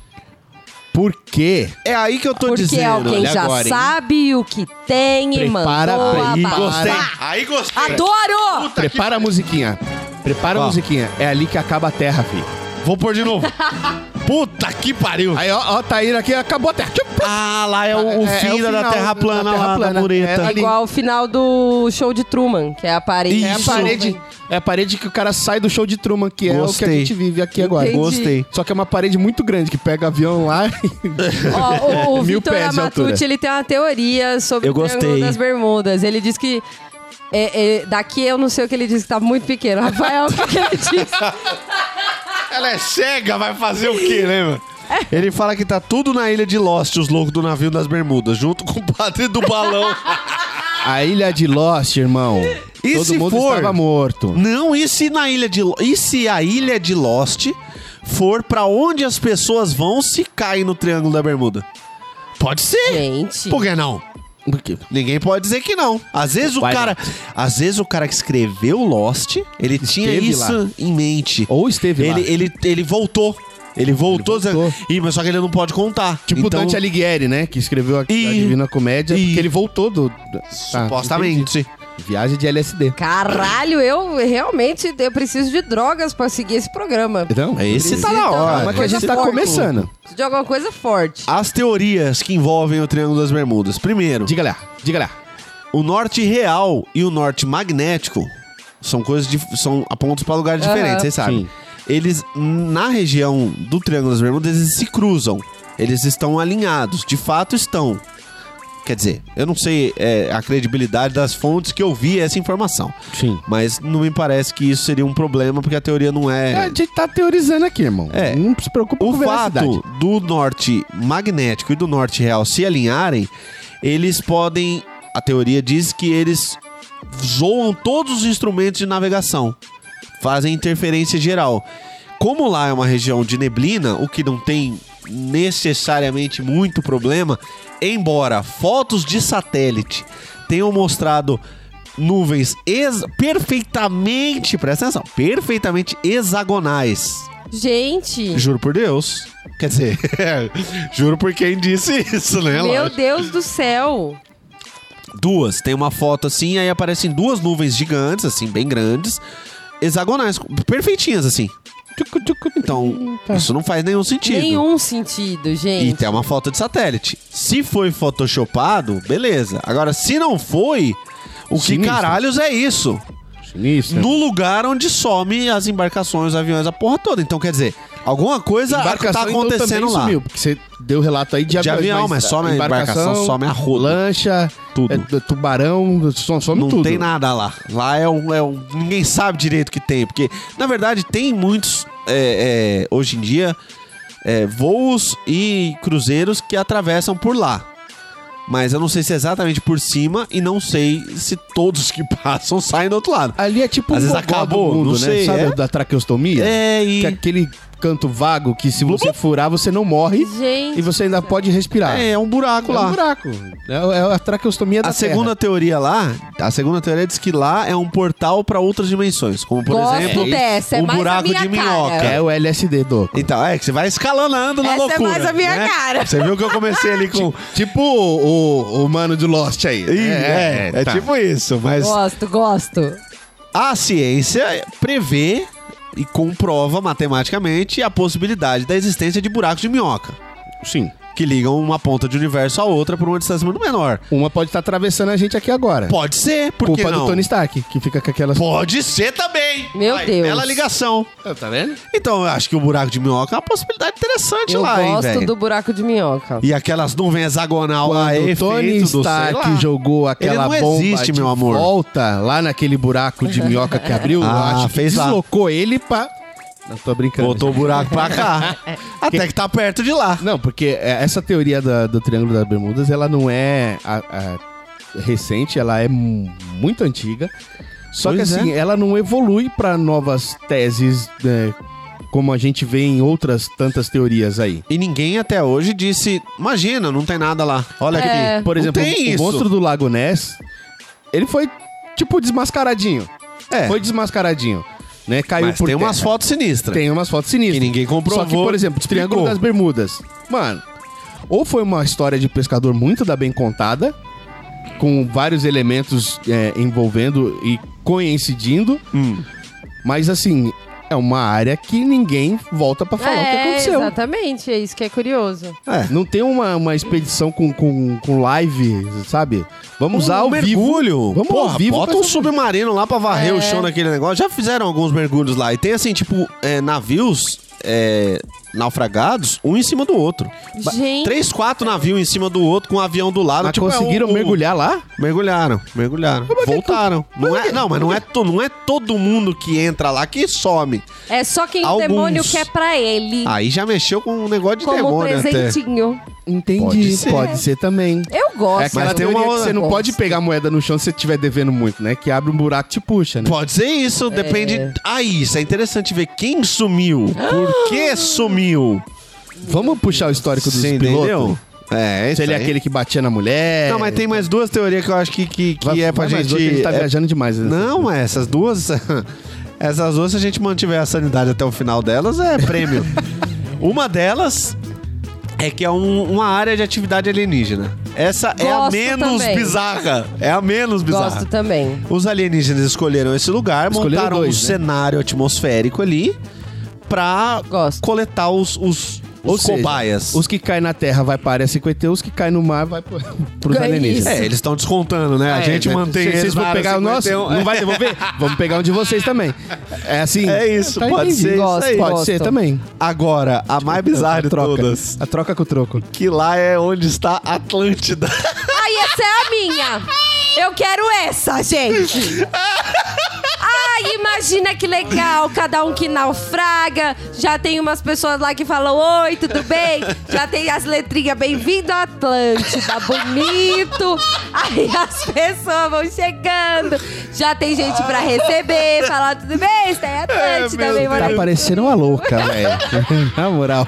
Por quê? É aí que eu tô Porque dizendo. alguém olha já agora, hein? sabe o que tem e Prepara, mandou aí, abafar. gostei. Aí gostei. Adoro! Prepara a musiquinha. Prepara a Ó. musiquinha. É ali que acaba a Terra, filho. Vou pôr de novo. Puta que pariu. Aí, ó, ó, tá indo aqui, acabou a Terra. Ah, lá é o, o É, é fim o da final Terra da plana Terra lá, plana. da mureta. É ali. Igual o final do show de Truman, que é a parede. É a Isso. parede. É a parede que o cara sai do show de Truman, que é o que a Gostei. gente vive aqui agora. Entendi. Gostei. Só que é uma parede muito grande, que pega avião lá e... Ó, o o Mil Vitor pés de altura. Amatucci, ele tem uma teoria sobre Eu o Triângulo gostei. das Bermudas. Ele diz que... é, é, daqui eu não sei o que ele disse, que tá muito pequeno. Rafael, o que, que ele disse? Ela é cega, vai fazer o quê, né, mano? Ele fala que tá tudo na ilha de Lost, os loucos do navio das Bermudas, junto com o padre do balão. A ilha de Lost, irmão. E Todo se mundo for? estava morto. Não, e se na ilha de Lo- e se a ilha de Lost for pra onde as pessoas vão se caem no Triângulo da Bermuda? Pode ser. Gente. Por que não? Por quê? Ninguém pode dizer que não. Às vezes o Why cara, às vezes o cara que escreveu Lost, ele tinha Esteve isso lá. em mente. Ou esteve Ele, lá. ele, ele voltou. Ele voltou, Ele voltou. dizendo, Ih, mas só que ele não pode contar. Tipo o então, Dante Alighieri, né? Que escreveu a, a E- Divina Comédia, e- porque ele voltou do... Tá, supostamente. entendi. Viagem de L S D. Caralho, eu realmente eu preciso de drogas pra seguir esse programa. Então, Esse Precisa tá na de hora. alguma Calma que a gente coisa tá forte. começando. Preciso de alguma coisa forte. As teorias que envolvem o Triângulo das Bermudas. Primeiro, Diga lá, diga lá. o norte real e o norte magnético são coisas de, são pontos para lugares Aham. diferentes, vocês sabem. Sim. Eles, na região do Triângulo das Bermudas, eles se cruzam. Eles estão alinhados. De fato, estão. Quer dizer, eu não sei é, a credibilidade das fontes que eu vi essa informação. Sim. Mas não me parece que isso seria um problema, porque a teoria não É, é... a gente tá teorizando aqui, irmão. É. Não se preocupa O com veracidade. fato do norte magnético e do norte real se alinharem, eles podem... A teoria diz que eles zoam todos os instrumentos de navegação. Fazem interferência geral. Como lá é uma região de neblina, o que não tem necessariamente muito problema, embora fotos de satélite tenham mostrado nuvens ex- perfeitamente, presta atenção, perfeitamente hexagonais. Gente, Juro por Deus. Quer dizer, juro por quem disse isso, né? meu Lógico. Deus do céu. Duas. Tem uma foto assim, aí aparecem duas nuvens gigantes, assim, bem grandes, hexagonais, perfeitinhas, assim. Então, isso não faz nenhum sentido. Nenhum sentido, E gente. tem uma foto de satélite. Se foi photoshopado, beleza. Agora, se não foi, o que Sinistro. caralhos é isso? Sinistro. No lugar onde some as embarcações, os aviões, a porra toda. Então, quer dizer, alguma coisa Embarcação, tá então, acontecendo também lá. sumiu, porque você deu relato aí de, De aviões, avião, mas some a embarcação, some a roda. lancha, Tudo. é, tubarão, some, some Não tudo. tem nada lá. Lá é um, é um. Ninguém sabe direito o que tem. Porque, na verdade, tem muitos. é, é, hoje em dia, é, voos e cruzeiros que atravessam por lá. Mas eu não sei se é exatamente por cima e não sei se todos que passam saem do outro lado. Ali é tipo Às um vezes gogó acabou, do mundo, não né? sei, Sabe é? da traqueostomia? É, e. Que é aquele canto vago que se você furar, você não morre Gente. e você ainda pode respirar. É, é um buraco É um lá. buraco. É, é a traqueostomia da A segunda teoria lá, a segunda teoria diz que lá é um portal para outras dimensões, como por Gosto exemplo, dessa, é o mais a buraco minha de cara. minhoca. Terra. É o L S D, Doco. Então, é que você vai escalonando na Essa é loucura. mais a minha né? cara. Você viu que eu comecei ali com... Tipo o, o, o mano de Lost aí. Ih, é, é, tá. tipo isso, mas Gosto, gosto. a ciência prevê e comprova matematicamente a possibilidade da existência de buracos de minhoca, Sim. que ligam uma ponta de universo à outra por uma distância muito menor. Uma pode estar atravessando a gente aqui agora. Pode ser, por que Culpa não? do Tony Stark, que fica com aquelas... Pode ser também. Meu Deus. Bela ligação. Tá vendo? Então, eu acho que o buraco de minhoca é uma possibilidade interessante Eu lá, hein, gosto velho? do buraco de minhoca. E aquelas nuvens hexagonal lá, Quando o Tony efeito do, sei Stark lá. jogou aquela Ele não bomba existe, de meu amor. volta lá naquele buraco de minhoca que abriu, eu Ah, acho que fez lá. deslocou ele pra Não tô brincando. Botou o buraco pra cá. Até que tá perto de lá. Não, porque essa teoria da- do Triângulo das Bermudas, ela não é a- a recente, ela é mu- muito antiga. Só Pois que assim, ela não evolui pra novas teses, né, como a gente vê em outras tantas teorias aí. E ninguém até hoje disse, imagina, não tem nada lá. Olha É. aqui. Por Não exemplo, tem o isso. monstro do Lago Ness, ele foi, tipo, desmascaradinho. É. Foi desmascaradinho. Né? Caiu Mas por tem umas terra. fotos sinistras. Tem umas fotos sinistras. Que ninguém comprovou, Só que, por exemplo, o Triângulo explicou. das Bermudas. Mano, ou foi uma história de pescador muito da bem contada, com vários elementos é, envolvendo e coincidindo, Hum. mas assim, é uma área que ninguém volta pra falar o que É, aconteceu. exatamente, é isso que é curioso. É. Não tem uma, uma expedição com, com, com live, sabe? Vamos usar um ao vivo. mergulho. Vamos Porra, ao vivo. bota pra- um submarino lá pra varrer É. o chão daquele negócio. Já fizeram alguns mergulhos lá. E tem assim, tipo, é, navios é, naufragados, um em cima do outro. Ba- Gente. Três, quatro navios em cima do outro, com um avião do lado. Mas tipo, é conseguiram um- um- mergulhar lá? Mergulharam, mergulharam. Voltaram. Não, é, não, mas não é, to- não é todo mundo que entra lá que some. É só quem Alguns. o demônio quer pra ele. Aí já mexeu com um negócio de como demônio até. presentinho. Entendi. Pode Pode ser. ser, também. Eu gosto. É aquela Mas tem teoria uma- que você não Gosto. pode pegar moeda no chão se você estiver devendo muito, né? Que abre um buraco e te puxa, né? Pode ser isso, depende. Aí, isso é interessante ver quem sumiu, por que sumiu. Vamos puxar o histórico dos Você pilotos? entendeu? É, Se ele é aí. aquele que batia na mulher. Não, mas tem mais duas teorias que eu acho que, que, que Vai- é pra vai mais gente. duas que a gente tá é- viajando demais. né? Não, é, essas duas. Essas duas, se a gente mantiver a sanidade até o final delas, é prêmio. Uma delas é que é um- uma área de atividade alienígena. Essa é a Gosto menos também. bizarra. É a menos bizarra. Gosto também. Os alienígenas escolheram esse lugar, Escolheram montaram dois, um né? cenário atmosférico ali pra Gosto. coletar os, os, Ou os seja, cobaias. Os que caem na terra vai para a área cinquenta e um, os que caem no mar vai pro, pros É alienígenas. isso. É, eles estão descontando, né? a É, gente é, mantém se eles vocês vão na área pegar o nosso, cinquenta e um. não vai devolver? Vamos pegar um de vocês também. É assim. É isso, Tá pode entendido. ser isso Gosto, aí. Pode gosto. ser também. Agora, a mais bizarra de a troca. todas, A troca com o troco. que lá é onde está Atlântida. Ai, essa é a minha. Eu quero essa, gente. Ai, imagina que legal. Cada um que naufraga. Já tem umas pessoas lá que falam: oi, tudo bem? Já tem as letrinhas: bem-vindo à Atlântida, bonito. Aí as pessoas vão chegando. Já tem gente pra receber, falar: tudo bem? Você é Atlântida, meu bem Deus. Tá bonito. parecendo uma louca, velho. Na moral.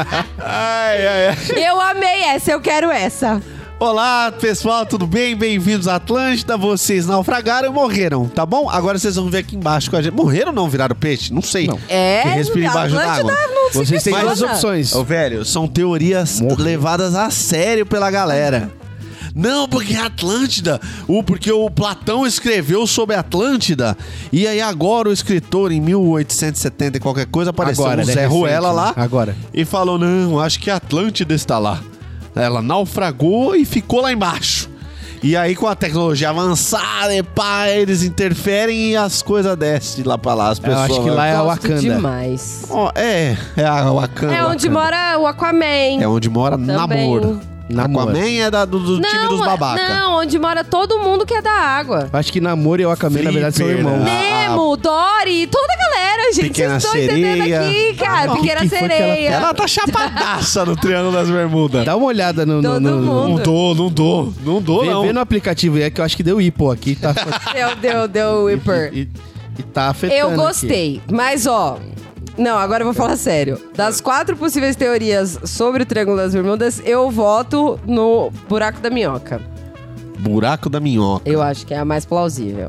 Ai, ai, ai. Eu amei essa, eu quero essa. Olá, pessoal, tudo bem? Bem-vindos à Atlântida. Vocês naufragaram e morreram, tá bom? Agora vocês vão ver aqui embaixo com a gente. Morreram ou não viraram peixe? Não sei. Não. É, Que respira embaixo Atlântida d'água. não se Vocês têm questiona. duas opções. Ô, velho, são teorias Morreu. levadas a sério pela galera. Não, porque é Atlântida. O, porque o Platão escreveu sobre a Atlântida. E aí agora o escritor, em mil oitocentos e setenta e qualquer coisa, apareceu Agora, um né? Zé Recente, Ruela né? lá. Agora. E falou, não, acho que a Atlântida está lá. Ela naufragou e ficou lá embaixo. E aí, com a tecnologia avançada, e pá, eles interferem e as coisas descem lá pra lá. As Eu pessoas acho que lá é a Gosto Wakanda. demais. Ó, é, é a Wakanda. É onde mora o Aquaman. É onde mora Também. Namor. Namor. Aquaman é da, do, do time dos babaca. Não, onde mora todo mundo que é da água. Acho que Namor e o Wakame, na verdade, são Flipper, irmãos. né? Nemo, Dory, toda a galera, gente. Pequena Vocês estão entendendo Sereia. aqui, cara. Ah, Pequena que que foi que ela- Sereia. Ela tá chapadaça no Triângulo das Bermudas. Dá uma olhada no... no, Todo no, mundo. Não dou, não dou. Não dou, Vê, não. vê no aplicativo aí, é que eu acho que deu hipo aqui. Tá, Deu, deu, deu, Whipper. e, e tá afetando Eu aqui. gostei, mas ó... Não, agora eu vou falar sério. Das quatro possíveis teorias sobre o Triângulo das Bermudas, eu voto no Buraco da Minhoca. Buraco da minhoca. Eu acho que é a mais plausível.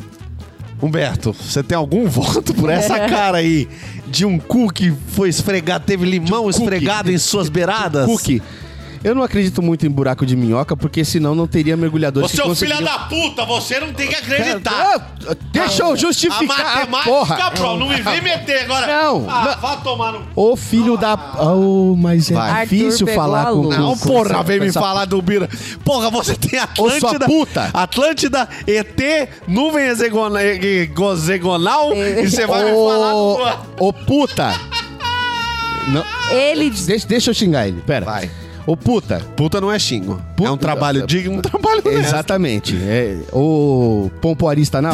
Humberto, você tem algum voto por essa cara aí de um cu que foi esfregado, teve limão esfregado em suas beiradas? Cookie. Eu não acredito muito em buraco de minhoca, porque senão não teria mergulhadores Ô, que seu filho conseguiriam... da puta, você não tem que acreditar. Ah, deixa eu A justificar a matemática, porra. bro, não me vem meter agora. Não, Ah, não. vá tomar no... Ô filho da... Oh, mas é Vai. difícil Arthur falar pegou com... a com- Não, com- porra, com vem me essa- falar do Bira. Porra, você tem Ô, sua Atlântida. puta. Atlântida, E T, nuvem hexagonal, hexagonal e você vai me falar Ô, do... ô puta. Não, Ele... deixa, deixa eu xingar ele, pera. Vai. Ô, puta. Puta não é xingo. Puta- é um trabalho digno, um trabalho honesto. Exatamente. É, o pompoarista anal.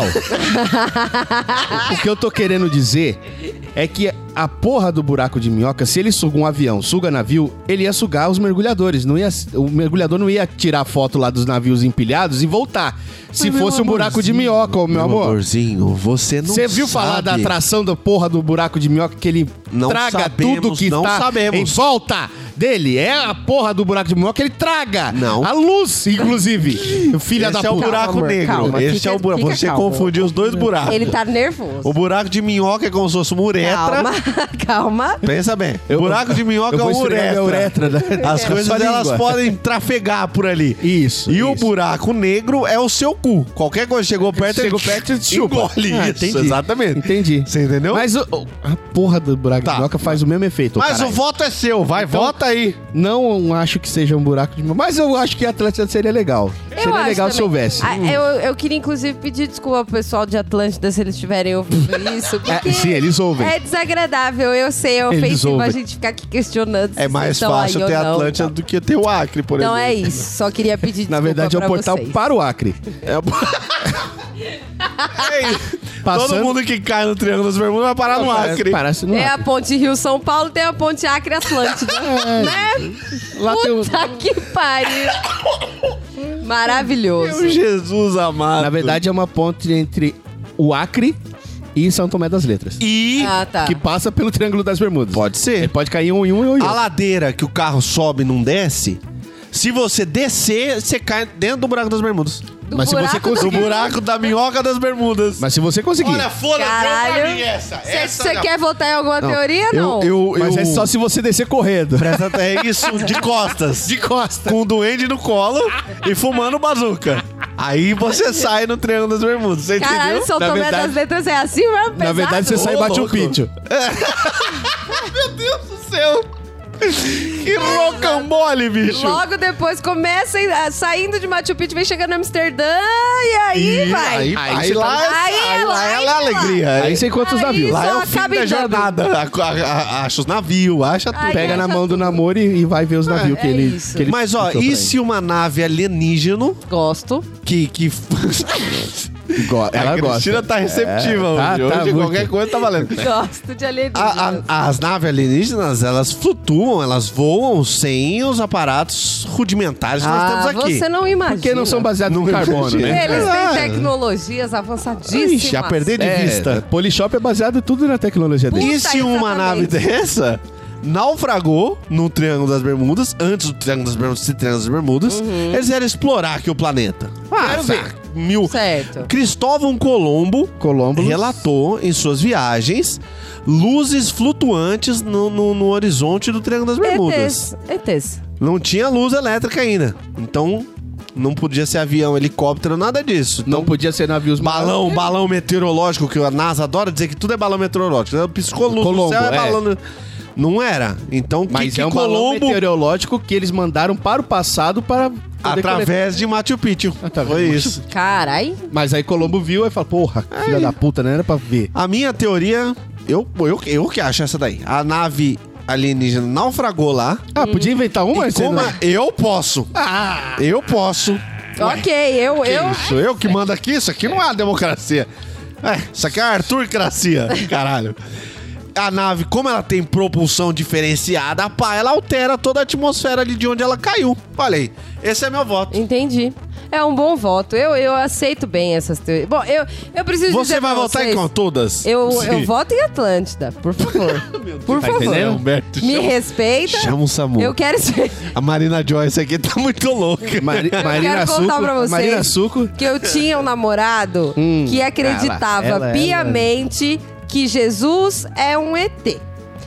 O que eu tô querendo dizer é que a porra do buraco de minhoca, se ele suga um avião, suga navio, ele ia sugar os mergulhadores. Não ia, o mergulhador não ia tirar foto lá dos navios empilhados e voltar. Se Mas, fosse um meu buraco de amorzinho, minhoca, ô, meu amor. amorzinho, você não Você viu falar da sabe. atração da porra do buraco de minhoca que ele Não traga sabemos, tudo que não está sabemos. em volta dele? É a porra do buraco de minhoca que ele traga. Não. A luz, inclusive. Filha Esse da é o puta. buraco Calma, amor, negro. calma. Esse Fica- é o buraco. fica Você calmo. confundiu os dois buracos. Ele tá nervoso. O buraco de minhoca é como se fosse uma uretra. Calma, calma. Pensa bem. Eu- buraco de minhoca eu é vou uma esfregar minha uretra. uretra, né? As É, coisas só elas língua. podem trafegar por ali. Isso, E o isso. buraco negro é o seu cu. Qualquer coisa que chegou perto, Chegou ele perto e chupa. engole Ah, isso. entendi. Exatamente. Entendi. Você entendeu? Mas o- o- a porra do buraco Tá. de minhoca faz o mesmo efeito. Mas caralho. o voto é seu. Vai, Então- vota aí. Não acho que seja um buraco de minhoca. Mas eu acho que a Atlântida seria legal. Eu seria acho legal se também. houvesse. Ah, eu, eu queria, inclusive, pedir desculpa pro pessoal de Atlântida se eles estiverem ouvindo isso. Porque É, sim, eles ouvem. É desagradável, eu sei, é Eles ofensivo ouvem. a gente ficar aqui questionando É se mais estão fácil aí ter ou não. Atlântida do que ter o Acre, por Então é exemplo. isso, só queria pedir desculpa Na verdade, é o pra portal vocês. para o Acre. É... Ei, Passando- Todo mundo que cai no Triângulo das Bermudas vai parar no Acre. Parece no É a Acre. ponte Rio-São Paulo, tem a ponte Acre-Atlântida. É. Né? Lá tem o- Puta que pariu. Maravilhoso. Meu Jesus amado. Na verdade, é uma ponte entre o Acre e São Tomé das Letras. E Ah, tá. Que passa pelo Triângulo das Bermudas. pode Ele ser. pode cair em um em um e um em A outro. ladeira que o carro sobe e não desce, se você descer, você cai dentro do buraco das Bermudas. Do Mas se você buraco conseguir- Do buraco da minhoca das Bermudas. Mas se você conseguir. Olha, foda-se, deu pra Caralho. mim essa. essa Você não. quer votar em alguma teoria, Eu, não? eu, Mas eu- é só se você descer correndo. Presta até isso de costas. De costa. Com o duende no colo e fumando bazuca. Aí você sai no Triângulo das Bermudas, você Caralho, entendeu? São Na Tomé verdade- das Letras é assim mesmo? Na Pesado? verdade, você sai e Ô, bate um louco. pitch. Meu Deus do céu. Que rocambole, bicho. Logo depois começa a- saindo de Machu Picchu, vem chegando em Amsterdã e aí E vai. Aí, Aí aí você lá, tá- é- Aí é aí lá, lá é aí a é lá. alegria. Aí você encontra os Aí navios. Lá é só o fim acaba da em Dublin. jornada. A- a- a- Acha os navios, acha tudo. Aí Pega é, na já mão do tudo. namoro e, e vai ver os navios que, é ele, isso. que ele. Mas, ó, deixou pra e se uma nave alienígena Gosto. que... que... ele. Go- Ela a Cristina gosta. tá receptiva É, tá, hoje. tá hoje muito. qualquer coisa tá valendo. Gosto de alienígenas. A- a- as naves alienígenas, elas flutuam, elas voam sem os aparatos rudimentares que nós Ah, temos aqui. você não imagina. Porque não são baseados no Não carbono, imagina. né? Eles Ah. têm tecnologias avançadíssimas. Ixi, a perder de É, vista. Polishop é baseado tudo na tecnologia dele. E se uma nave exatamente. dessa naufragou no Triângulo das Bermudas, antes do Triângulo das Bermudas ser Triângulo das Bermudas, eles iam explorar aqui o planeta. Ah, Quero ver. tá. Mil. Certo. Cristóvão Colombo Colombo relatou em suas viagens luzes flutuantes no, no- no horizonte do Triângulo das Bermudas. E Tês. E Tês. Não tinha luz elétrica ainda. Então, não podia ser avião, helicóptero, nada disso. Não podia ser navios Balão, balão meteorológico, que a NASA adora dizer que tudo é balão meteorológico. Piscou luz Colombo, no céu, é, é. balão... Não era. Então, Mas que, que é um balão Colombo, meteorológico que eles mandaram para o passado para poder através de Machu Picchu. Através Foi de Machu isso. Carai. coletar. Mas aí Colombo viu e falou, porra, filha da puta, não era pra ver. A minha teoria, eu, eu, eu que acho essa daí. A nave alienígena naufragou lá. Ah, podia inventar uma? E Você como não- a- eu posso. Ah! Eu posso. Ok, eu... eu... Isso, eu que mando aqui? Isso aqui não é uma democracia. É, isso aqui é a Arthurcracia, caralho. A nave, como ela tem propulsão diferenciada, pá, ela altera toda a atmosfera ali de onde ela caiu. Falei, esse é meu voto. Entendi. É um bom voto. Eu, eu aceito bem essas teorias. Bom, eu, eu preciso Você dizer vai pra votar vocês, em qual? Todas? Eu, Sim. eu voto em Atlântida, por favor. Por Tá favor. entendendo? Humberto, Me chama- respeita. Chama o Samu. Eu quero ser... A Marina Joyce aqui tá muito louca. Mari- Marina quero Suco, contar pra vocês Marina Suco. que eu tinha um namorado Hum, que acreditava ela, ela, piamente que Jesus é um E T.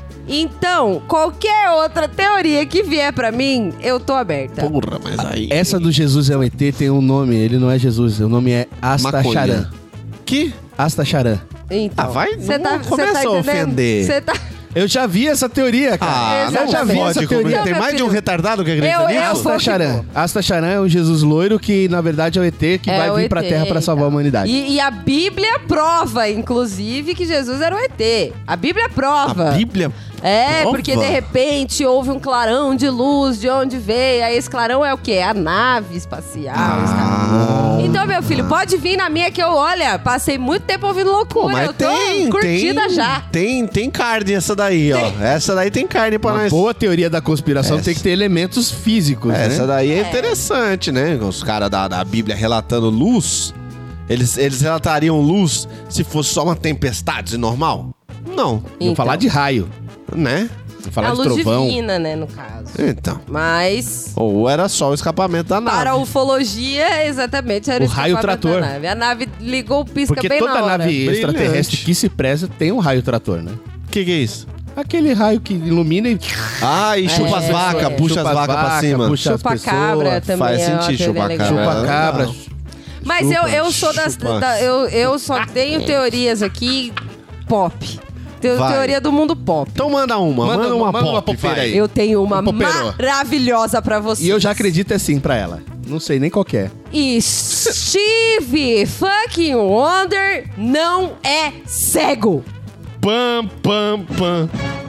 Então, qualquer outra teoria que vier pra mim, eu tô aberta. Porra, mas aí... Essa do Jesus é um E T tem um nome, ele não é Jesus, o nome é Astacharan. Maconha. Que? Astacharan. Então, Ah, vai? cê Não tá, começa cê tá a entendendo? ofender. Cê tá... Eu já vi essa teoria, cara. Ah, eu não já vi Exatamente. essa pode teoria. comer. Tem Meu mais de um filho, retardado que acredita eu- nisso? eu- Astacharan. Astacharan é um Jesus loiro que, na verdade, é o E T que É vai o vir E T, pra Terra pra salvar a então. humanidade. E, e a Bíblia prova, inclusive, que Jesus era o E T. A Bíblia prova. A Bíblia É, Opa. porque de repente houve um clarão de luz de onde veio. Aí esse clarão é o quê? A nave espacial. Ah. Então, meu filho, pode vir na minha que eu, olha, passei muito tempo ouvindo loucura. Pô, mas eu tô tem, curtida tem, já. Tem, tem carne essa daí, ó. Essa daí tem carne pra Uma nós. boa teoria da conspiração Essa. tem que ter elementos físicos, né? Essa daí é interessante, né? Os caras da, da Bíblia relatando luz, eles, eles relatariam luz se fosse só uma tempestade normal? Não, Vou Então. falar de raio. né? Vou falar a de luz trovão. divina, né, no caso. Então. Mas, Ou era só o escapamento da nave. para a ufologia, exatamente, era O raio escapamento trator. da nave. A nave ligou o pisca Porque bem toda na hora. nave extraterrestre que se preza tem um raio trator, né? O que, que é isso? Aquele raio que ilumina e... Ah, e chupa as É, vacas, é. puxa Chupa as vacas pra cima. puxa as Chupa pessoas, cabra também Faz é uma sentido, teoria chupa legal. cabra. Chupa cabra. Não. Mas Chupa, eu, eu sou das... chupa. da- eu, eu só tenho teorias aqui pop. Teo- Vai. Teoria do mundo pop. Então manda uma, manda, Manda uma, uma- manda uma pop, popeira vai. aí. Eu tenho uma Um poperô. maravilhosa pra você. E eu já acredito assim pra ela. Não sei nem qual que é. E Steve fucking Wonder não é cego. Pam, pam, pam.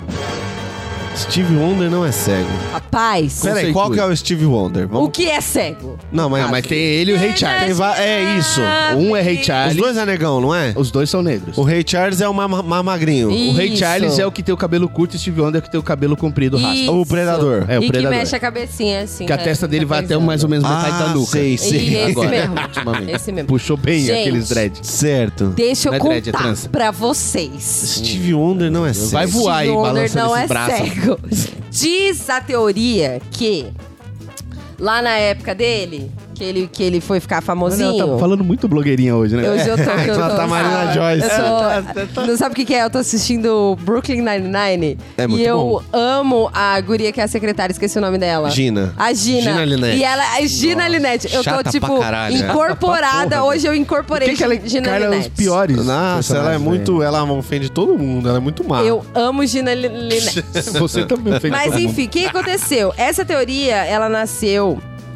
Steve Wonder não é cego. Rapaz, Peraí, sei qual tudo. que é o Steve Wonder? o Vamos... que é cego? Não, mas, Ah, mas tem ele e o Ray Charles. tem va- É isso. Um é Ray Os Charles, dois é negão, não é? os dois são negros. O Ray Charles é o ma- ma- magrinho. Ih. O Ray Isso. Charles é o que tem o cabelo curto e o Steve Wonder é o que tem o cabelo comprido rasta. Isso. O Predador. É, o e Predador. que mexe a cabecinha assim. Que a né? testa dele vai até Tá mais ou menos metade Ah, da nuca. sei, sei. E esse Agora, mesmo. ultimamente. Esse mesmo. Puxou bem Gente. aqueles dreads. Certo. Deixa eu Não é dread, é contar trança. pra vocês. Steve Wonder não é cego. Vai voar aí, Steve Wonder balançando não esses é braços. cego. Diz a teoria que lá na época dele, que ele, que ele foi ficar famosinho. Ela tá falando muito blogueirinha hoje, né? Hoje eu tô. que eu Ela tô- tá Marina Joyce. Eu tô, não sabe o que, que é? Eu tô assistindo Brooklyn Nine-Nine. É muito e eu bom. amo a guria que é a secretária, esqueci o nome dela. Gina. A Gina. Gina Linette. E ela, a Gina Linette. Eu tô, chata pra tipo, caralho, né? incorporada. Porra, Hoje eu Por incorporei que, que ela Gina encara os Linette. piores? Nossa, ela é personagens, muito. velho? Ela ofende todo mundo, ela é muito má. Eu amo Gina Li- Linette. Você também fez Mas todo mundo. enfim, o que aconteceu? Essa teoria, ela nasceu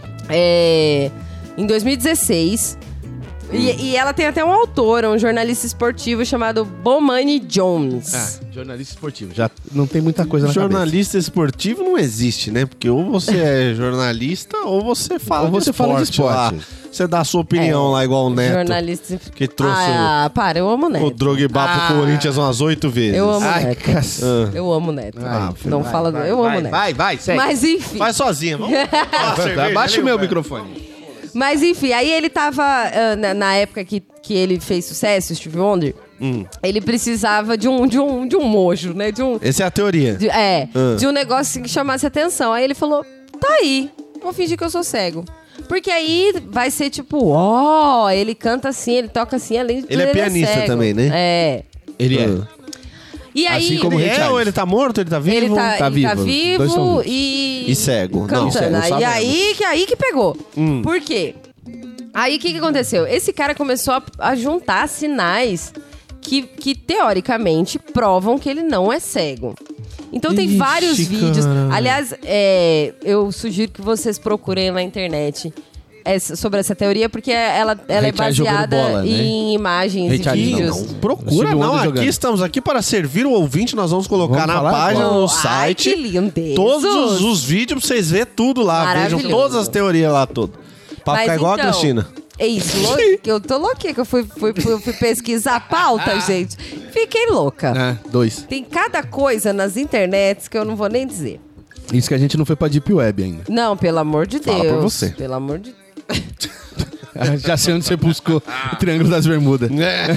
é, em dois mil e dezesseis. E, e ela tem até um autor, um jornalista esportivo chamado Bomani Jones. Ah, jornalista esportivo. Já não tem muita coisa na Jornalista esportivo não existe, né? Porque ou você é jornalista ou você fala Ou você de fala de esporte lá. esporte. Você dá a sua opinião lá, igual o Neto. Jornalista. Que trouxe Ah, para, eu amo o Neto. o Drogba Ah, pro Corinthians umas oito vezes. Eu amo o cabeça. Ai, Neto. cacete. Eu amo o Neto. Ah, não vai, fala. vai, eu amo vai, o Neto. Vai, vai, segue. Mas enfim. Faz sozinha, vamos. Uma cerveja Abaixa ali, o meu vai. microfone. Mas enfim, aí ele tava. ah, na, na época que, que ele fez sucesso, o Steve Wonder, Hum. ele precisava de um, de um, de um mojo, né? De um. Essa é a teoria. de- é, Ah. de um negócio que chamasse atenção. Aí ele falou: tá aí, vou fingir que eu sou cego. Porque aí vai ser tipo, ó, ele canta assim, ele toca assim, além de tudo, Ele é pianista cego. também, né? É. Ele é. Ah. E aí. Assim como Ele Ray é Charles. ou ele tá morto, ele tá vivo? Ele tá, Tá ele tá vivo, os dois são vivo vivos. e. E cego. Não, Cantando. cego, Aí- sabemos. e aí que, aí que pegou. Hum. Por quê? Aí o que, que aconteceu? Esse cara começou a, a juntar sinais que, que, teoricamente, provam que ele não é cego. Então tem Ixi, vários vídeos. caralho. Aliás, é, eu sugiro que vocês procurem na internet essa- sobre essa teoria, porque ela, ela é Ray Charles jogando baseada bola, né? em imagens Ray e Charles não, vídeos. não. Procura, Steve não. Wonder Aqui jogando. estamos aqui para servir o ouvinte. Nós vamos colocar Vamos na falar página, agora. no Ai, site. que lindezos. Todos os, os vídeos pra vocês verem tudo lá. Vejam Maravilhoso. todas as teorias lá, tudo. Pra Mas ficar igual a então, Cristina. É isso, lou- eu tô louca que eu fui, fui, fui, fui pesquisar a pauta, gente. Fiquei louca. Ah, dois. Tem cada coisa nas internets que eu não vou nem dizer. Isso que a gente não foi pra Deep Web ainda. Não, pelo amor de Fala Deus. por você. Pelo amor de Ah, já sei onde você buscou o Triângulo das Bermudas.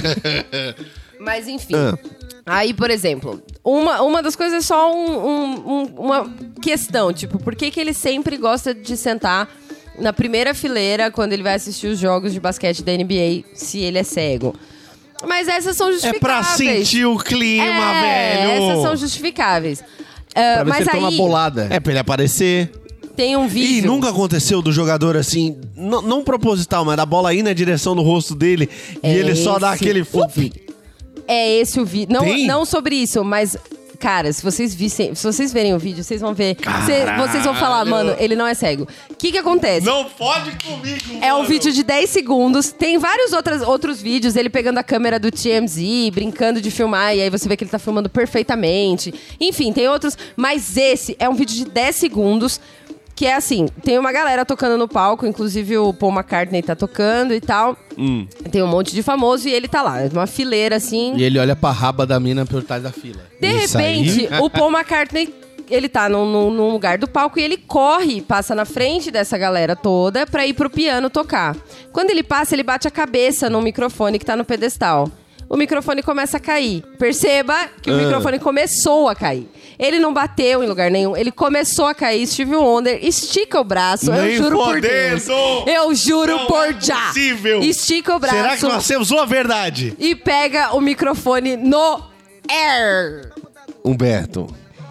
Mas enfim. Ah. Aí, por exemplo, uma, uma das coisas é só um- um- um- uma questão, tipo, por que, que ele sempre gosta de sentar na primeira fileira quando ele vai assistir os jogos de basquete da N B A, se ele é cego? Mas essas são É justificáveis. pra sentir o clima, É, velho. essas são justificáveis. Ah, Pra ver mas se ele aí toma bolada. É pra ele aparecer. tem um E vídeo. nunca aconteceu do jogador assim, n- não proposital, mas da bola ir na direção do rosto dele e É ele só dá esse aquele o flup. vi- É esse o vídeo. Não, Tem? não sobre isso, mas Cara, se vocês vissem, se vocês verem o vídeo, vocês vão ver. Cê, vocês vão falar, mano, ele não é cego. O que que acontece? Não pode comigo, É um mano. vídeo de dez segundos. Tem vários outros, outros vídeos, ele pegando a câmera do T M Z, brincando de filmar, e aí você vê que ele tá filmando perfeitamente. Enfim, tem outros. Mas esse é um vídeo de dez segundos. Que é assim, tem uma galera tocando no palco, inclusive o Paul McCartney tá tocando e tal. Hum. Tem um monte de famoso e ele tá lá, uma fileira assim. E ele olha pra raba da mina por trás da fila. De Isso repente, o Paul McCartney, ele tá num, num- num lugar do palco e ele corre, passa na frente dessa galera toda pra ir pro piano tocar. Quando ele passa, ele bate a cabeça no microfone que tá no pedestal. O microfone começa a cair. Perceba que o microfone começou a cair. Ele não bateu em lugar nenhum, ele começou a cair. Stevie Wonder estica o braço. Nem eu juro por fodendo! Deus. Eu juro Não por é já. possível. Estica o braço Será que nós temos uma verdade? e pega o microfone no air. Humberto.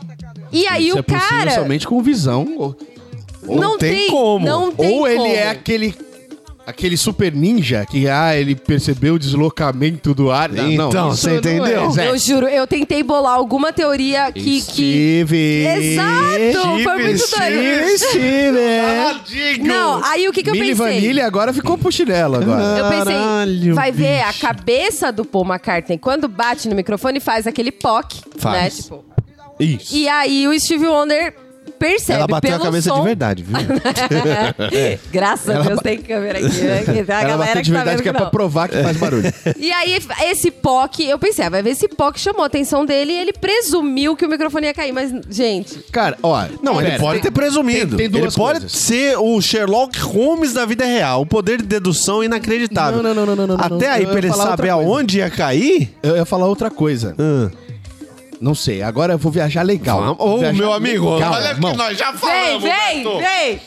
E aí Isso o é possível cara... somente com visão. Ou, Não tem tem como. Não tem ou ele como. é aquele... Aquele super ninja que, ah, ele percebeu o deslocamento do ar. Não, Então, não, isso você não entendeu? é. Eu juro, eu tentei bolar alguma teoria que... que... Steve. Exato! Foi muito doido. Steve. Não, aí o que que eu Milli pensei? Vanilli agora ficou pro chinelo agora. Eu pensei, Caralho, vai ver a bicho. cabeça do Paul McCartney quando bate no microfone faz aquele poc, Faz. né? Tipo, Isso. e aí o Stevie Wonder percebe Ela bateu pelo a cabeça som... de verdade, viu? Graças a Ela Deus ba- tem câmera aqui, né? Que tem a Ela galera bateu de que tá verdade vendo que é que pra não. provar que faz barulho. E aí, esse P O C, eu pensei, ah, vai ver esse P O C chamou a atenção dele e ele presumiu que o microfone ia cair. Mas, gente, Cara, ó... Não, ele pera, pode ter presumido. tem- tem duas ele pode coisas. ser o Sherlock Holmes da vida real. O poder de dedução inacreditável. Não, não, não, não, não, não, Até não. aí, Eu pra ia ele falar outra saber coisa. aonde ia cair... Eu ia falar outra coisa. Ah. Não sei, agora eu vou viajar legal. Vamos- Vou Ô, viajar meu amigo, legal, olha irmão. que nós já vem, falamos, vem, Beto. vem!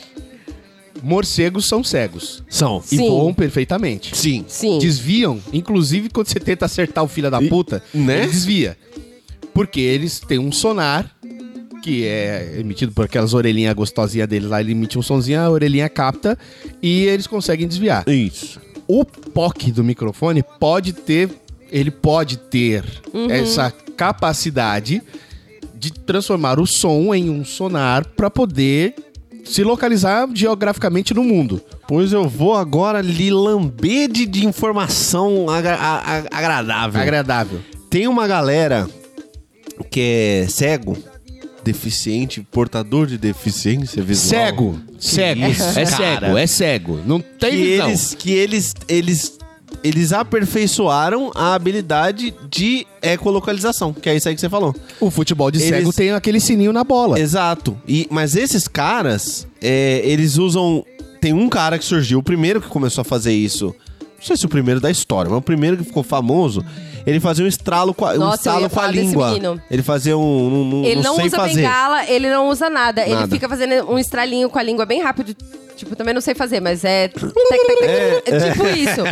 Morcegos são cegos. São. E Sim. voam perfeitamente. Sim. Sim. Desviam, inclusive quando você tenta acertar o filho da puta, né? ele desvia. Porque eles têm um sonar que é emitido por aquelas orelhinhas gostosinhas deles lá, ele emite um sonzinho, a orelhinha capta e eles conseguem desviar. Isso. O P O C do microfone pode ter, ele pode ter essa capacidade de transformar o som em um sonar para poder se localizar geograficamente no mundo. Pois eu vou agora lhe lamber de, de informação agra- a- a- agradável. Agradável. Tem uma galera que é cego, deficiente, portador de deficiência visual. Cego. Cego. isso, é cara? cego, é cego. Não tem Que visão. eles, que eles, eles, eles aperfeiçoaram a habilidade de ecolocalização, que é isso aí que você falou. O futebol de Eles- cego tem aquele sininho na bola. Exato. E, mas esses caras, é, eles usam... Tem um cara que surgiu, o primeiro que começou a fazer isso. Não sei se o primeiro da história, mas o primeiro que ficou famoso. Ele fazia um estralo com a, um Nossa, eu estalo ia com a falar desse língua. menino. Ele fazia um... um, um Ele não, sei usa fazer. bengala, ele não usa nada. Ele Nada. fica fazendo um estralinho com a língua bem rápido. Tipo, também não sei fazer, mas é... tec, tec, tec, é tipo isso.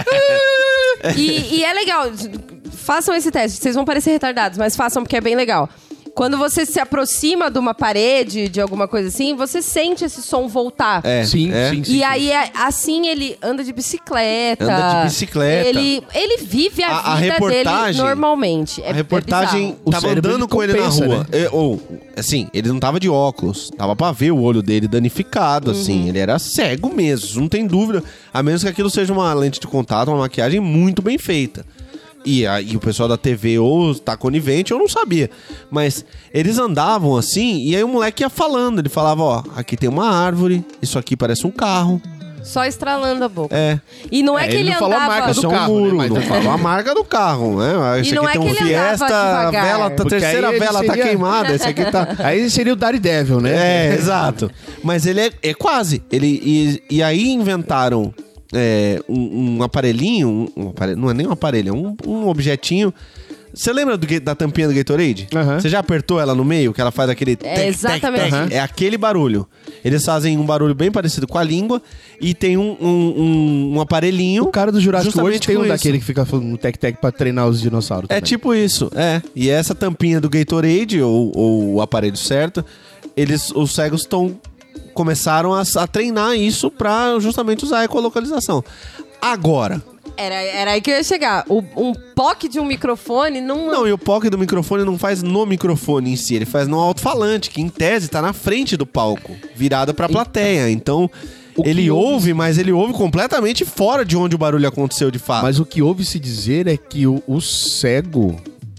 E, e é legal. Façam esse teste. Vocês vão parecer retardados, mas façam porque é bem legal. Quando você se aproxima de uma parede, de alguma coisa assim, você sente esse som voltar. É, Sim, é. sim, sim. E aí, é- assim, ele anda de bicicleta. Anda de bicicleta. Ele, ele vive a, A- a vida dele reportagem- normalmente. É, A reportagem é bizarro. O tava cérebro, andando ele com ele na compensa, rua. né? É, ou, assim, ele não tava de óculos. Tava pra ver o olho dele danificado, assim. Ele era cego mesmo, não tem dúvida. A menos que aquilo seja uma lente de contato, uma maquiagem muito bem feita. E aí o pessoal da T V ou tá conivente, eu não sabia. Mas eles andavam assim, e aí o moleque ia falando. Ele falava, ó, aqui tem uma árvore, isso aqui parece um carro. Só estralando a boca. É. E não é, É, que ele ele não falou a andava... marca Isso do é um carro, muro, né? Mas não é- falou a marca do carro, né? Esse E não aqui é tem um que ele andava Fiesta, a devagar. vela, a Porque terceira aí ele vela tá seria- queimada, esse aqui tá... Aí seria o Daredevil, né? É, exato. Mas ele é, é quase. Ele, e, e aí inventaram é, um, um aparelhinho, um, um aparelho, não é nem um aparelho, é um, um objetinho. Você lembra do, ga- da tampinha do Gatorade? Aham. Você já apertou ela no meio, que ela faz aquele... tec, tec, exatamente. tec? É aquele barulho. Eles fazem um barulho bem parecido com a língua e tem um, um, um, um aparelhinho... O cara do Jurassic World justamente tem um com isso. daquele que fica falando no tec-tec pra treinar os dinossauros É também. tipo isso, é. E essa tampinha do Gatorade, ou, ou o aparelho certo, eles, os cegos estão começaram a, a treinar isso pra justamente usar a ecolocalização. Agora, Era, era aí que eu ia chegar. O, um P O C de um microfone não... Não, e o P O C do microfone não faz no microfone em si, ele faz no alto-falante, que em tese tá na frente do palco, virado pra plateia. Então, ele ouve, mas ele ouve completamente fora de onde o barulho aconteceu de fato. Mas o que ouve-se dizer é que o, o cego,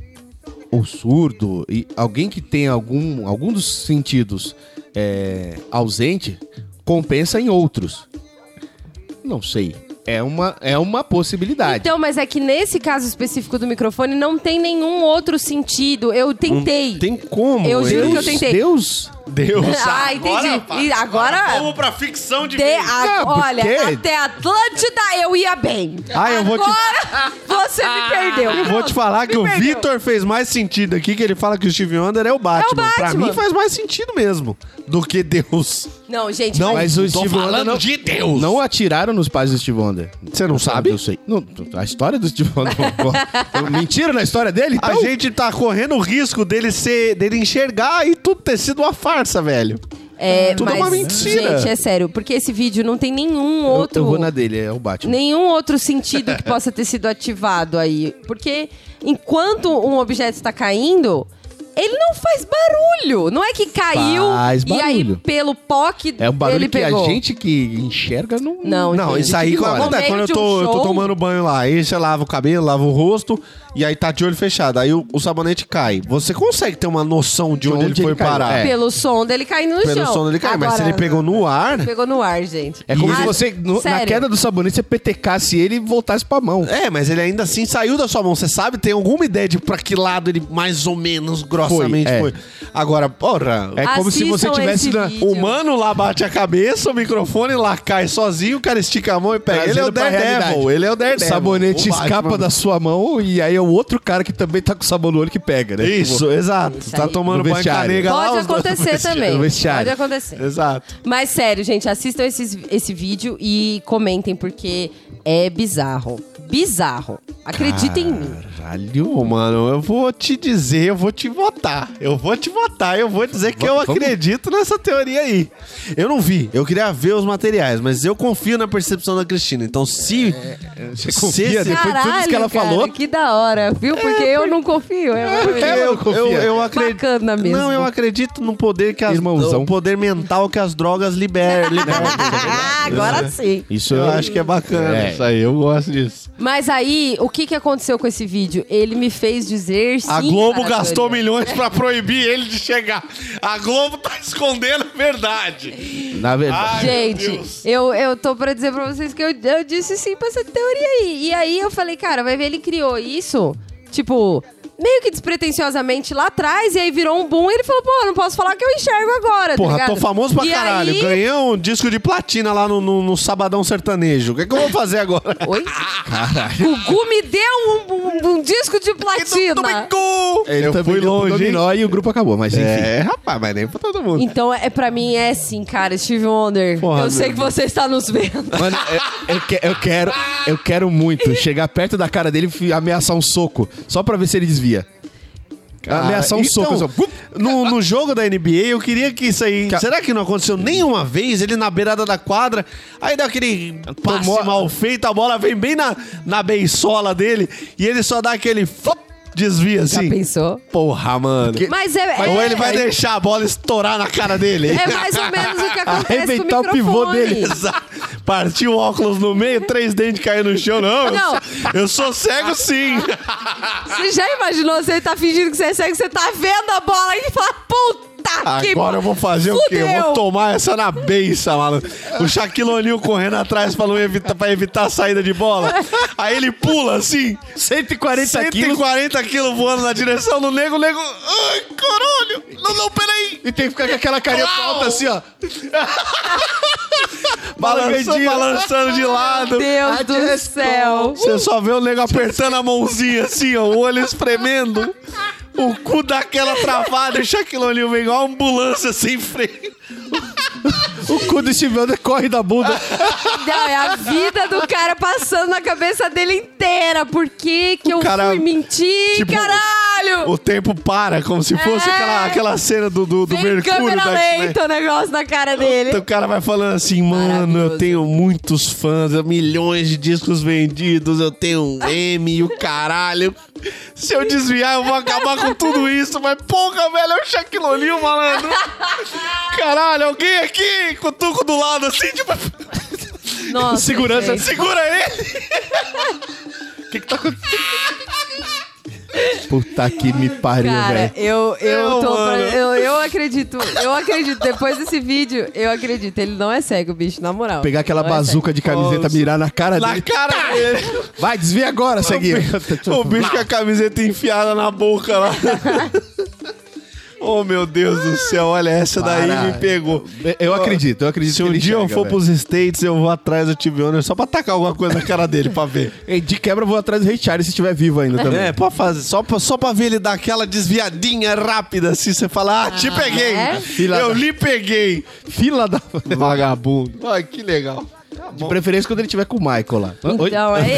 ou surdo, e alguém que tem algum, algum dos sentidos é, ausente, compensa em outros. Não sei. É uma, é uma possibilidade. Então, mas é que nesse caso específico do microfone não tem nenhum outro sentido. Eu tentei. Não tem como. Eu juro Deus, que eu tentei. Deus... Deus. Ah, entendi. E agora... Vamos pra ficção de De, vez. a, Ah, olha, porque- até Atlântida eu ia bem. Ah, eu vou te- Agora você me perdeu. Eu vou te falar que Me o perdeu. Vitor fez mais sentido aqui, que ele fala que o Steve Wonder é o Batman. Pra Batman. mim faz mais sentido mesmo do que Deus. Não, gente, Não, mas... Mas o tô Steve Wonder falando não, de Deus. não atiraram nos pais do Steve Wonder. Você não sabe? Eu sei. Não, a história do Steve Wonder... Mentira na história dele? A Então, gente tá correndo o risco dele ser, dele enxergar e tudo ter sido uma farsa, velho. É, Tudo mas, uma mentira. gente, é sério, porque esse vídeo não tem nenhum eu, outro... eu vou na dele, é o Batman. Nenhum outro sentido que possa ter sido ativado aí. Porque enquanto um objeto está caindo, ele não faz barulho. Não é que caiu Faz e aí barulho. pelo P O C É um barulho ele que pegou. a gente que enxerga não... Não, Não, gente, isso aí ignora. quando acontece No quando eu meio tô, de um eu tô show- tomando banho lá. Aí você lava o cabelo, lava o rosto e aí tá de olho fechado. Aí o, o sabonete cai. Você consegue ter uma noção de onde, onde ele foi ele caiu, parar. é. Pelo som dele caindo no Pelo chão. som dele cai. Mas se Agora, ele pegou no ar... Pegou no ar, gente. É como Ah, se você, no- na sério. queda do sabonete, você petecasse ele e voltasse pra mão. É, mas ele ainda assim saiu da sua mão. Você sabe, tem alguma ideia de pra que lado ele mais ou menos grossamente Foi, foi. é. Agora, porra, É como se você Assistam tivesse esse na... vídeo. o mano lá bate a cabeça, o microfone lá cai sozinho, o cara estica a mão e pega. Ele é o Trazendo pra Daredevil, realidade. ele é o O Daredevil. sabonete O Batman. escapa da sua mão e aí é o outro cara que também tá com sabão no olho que pega, né? Isso, exato. Isso tá aí. tomando No banho vestiário. canega lá. Pode os dois- acontecer também. no vestiário. Pode acontecer. Exato. Mas sério, gente, assistam esses, esse vídeo e comentem, porque é bizarro. Bizarro. Acreditem em mim. Caralho. Ô, mano, eu vou te dizer, eu vou te votar. Eu vou te votar, eu vou dizer que eu Vamos- acredito nessa teoria aí. Eu não vi, eu queria ver os materiais, mas eu confio na percepção da Cristina. Então, se. Você se confia esse- depois de tudo isso que ela cara, falou? que da hora, viu? Porque eu não confio. Eu, Porque Ela eu, não confia. eu, eu acredito. Bacana mesmo. Não, eu acredito no poder que as, Irmãozão. o poder mental que as drogas liber, libertam. Ah, agora sim. Isso Eu acho que é bacana É. isso aí, eu gosto disso. Mas aí, o que, que aconteceu com esse vídeo? Ele me fez dizer sim. A Globo para a gastou teoria. milhões pra proibir ele de chegar. A Globo tá escondendo a verdade. Na verdade. Ai, meu Gente, Deus. eu, eu tô pra dizer pra vocês que eu, eu disse sim pra essa teoria aí. E aí eu falei, cara, vai ver, ele criou isso, tipo, meio que despretensiosamente lá atrás, e aí virou um boom, e ele falou, pô, não posso falar que eu enxergo agora, Porra, tá tô ligado? famoso pra E caralho. aí- Ganhei um disco de platina lá no, no, no Sabadão Sertanejo. O que, é que eu vou fazer agora? Oi? O Gu me deu um, um- um disco de platina. Domingo! Ele eu também fui deu pro longe, hein? dominó e o grupo acabou, mas enfim. É, rapaz, mas nem pra todo mundo. Então, é, pra mim, é assim, cara, Steve Wonder. Porra, eu sei meu que você está nos vendo. Mano, eu, eu que- eu quero, eu quero muito chegar perto da cara dele e ameaçar um soco, só pra ver se ele desvia. ameaçar um então, soco. Assim, ó. no, no jogo da N B A, eu queria que isso aí... Será que não aconteceu nenhuma vez? Ele na beirada da quadra, aí dá aquele passe Tomou- mal feito, a bola vem bem na, na beisola dele, e ele só dá aquele... flop, desvia Já assim. pensou? Porra, mano. Mas é, é, Ou ele vai deixar a bola estourar na cara dele. é mais ou menos o que acontece Arrebentar com o o pivô microfone. dele. Exato. Partiu o óculos no meio, três dentes caíram no chão. Não, eu- Não. Eu, sou cego sim. Você já imaginou, você tá fingindo que você é cego, você tá vendo a bola e fala, puta que... Agora eu vou fazer o quê? Eu Fudeu. vou tomar essa na beiça, mano. O Shaquille O'Neal correndo atrás pra, não evitar, pra evitar a saída de bola. Aí ele pula assim, cento e quarenta cento e quilos. quarenta quilos voando na direção do nego. O nego, ai, caralho. Não, não, peraí. E tem que ficar com aquela carinha Uau. alta assim, ó. Balançando, balançando de lado. Deus I do just céu. Você só vê o nego apertando a mãozinha assim, ó, o olho espremendo. O cu dá aquela travada e o Shaquille O'Neal vem igual uma ambulância sem freio. O cu do Steve Wonder corre da bunda. Não, é a vida do cara passando na cabeça dele inteira. Por que que eu cara, fui mentir, tipo, caralho? caralho! O tempo para, como se fosse É. aquela, aquela cena do, do, do Vem Mercúrio. câmera da X-Men. lenta o negócio na cara dele. Então o cara vai falando assim, mano, eu Maravilhoso. tenho muitos fãs, milhões de discos vendidos, eu tenho um M e o caralho. Se eu desviar, eu vou acabar com tudo isso. Mas porra, velho, é o Shaquille O'Neal, malandro. Caralho, alguém aqui com o tuco do lado assim, tipo... Nossa, Segurança, gente. Segura ele. O que que tá acontecendo? Puta que me pariu, Cara, velho. eu, eu Não, tô. Pra, mano. eu, eu acredito, eu acredito. Depois desse vídeo, eu acredito. Ele não é cego, bicho, na moral. Pegar aquela Não é bazuca de camiseta, Nossa. mirar na cara Na dele. cara dele. Vai, desvia agora, Ceguinho. O bicho com a camiseta enfiada na boca lá. Oh, meu Deus do céu, olha, essa daí Para. me pegou. Eu acredito, eu acredito Se que um ele dia eu enxerga, for velho. pros States, eu vou atrás do Steve Wonder só pra tacar alguma coisa na cara dele pra ver. Ei, de quebra eu vou atrás do Ray Charles se estiver vivo ainda também. É, pode fazer. Só pra, só pra ver ele dar aquela desviadinha rápida, assim, você fala, ah, te peguei. é? Filha eu da- lhe peguei. Fila da... Vagabundo. Ai, que legal. De preferência quando ele tiver com o Michael lá. Oi? Então, é.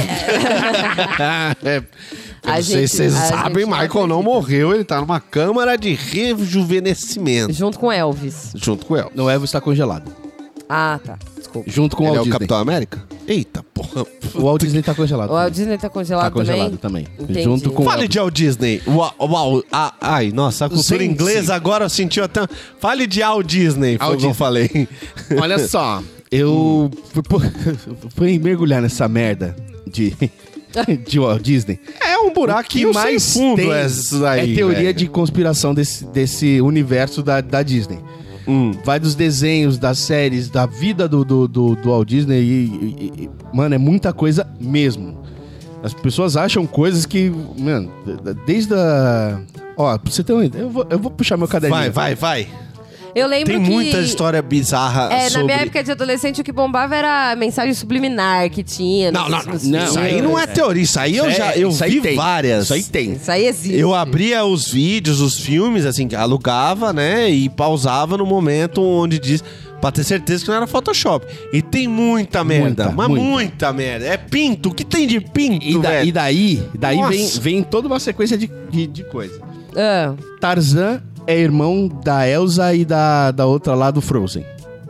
é. A Não sei gente- se vocês a sabem, gente não Michael não morreu, ele tá numa câmara de rejuvenescimento. Junto com Elvis. Junto com ele. No Elvis tá congelado. Ah, tá. Desculpa. Junto com o Ele é Walt o Disney. Capitão América? Eita, porra. O Walt Disney tá congelado. O Walt Disney tá congelado, Tá congelado também. Entendi. Junto com- Fale de Walt Disney. Uau, uau, ah, ai, nossa, a cultura Gente. inglesa agora sentiu até... Fale de Walt Disney, foi o Walt que eu Disney. falei. Olha só, eu fui, pô- fui mergulhar nessa merda de, de Walt Disney. É um buraquinho sem fundo tem essa aí, é teoria velho. de conspiração desse, desse universo da, da Disney. Hum. Vai dos desenhos, das séries, da vida do, do, do, do Walt Disney e, e- e- mano, é muita coisa mesmo. As pessoas acham coisas que, mano, desde a... Ó, pra você ter uma ideia, eu vou, eu vou puxar meu caderninho. Vai, vai, vai. Eu lembro Tem que... muita história bizarra É, sobre... na minha época de adolescente, o que bombava era a mensagem subliminar que tinha. Não, nos- não, não. nos Não, Isso aí filmes. não é teoria. Isso aí eu Isso já é- eu isso aí vi tem. várias. Isso aí tem. Isso aí existe. Eu abria os vídeos, os filmes, assim, alugava, né? E pausava no momento onde diz... Pra ter certeza que não era Photoshop. E tem muita merda. Muita, mas muita. muita. merda. É pinto. O que tem de pinto, E, da- velho? e daí, daí Nossa. vem, vem toda uma sequência de, de, de coisa. Ah, Tarzan é irmão da Elsa e da, da outra lá do Frozen.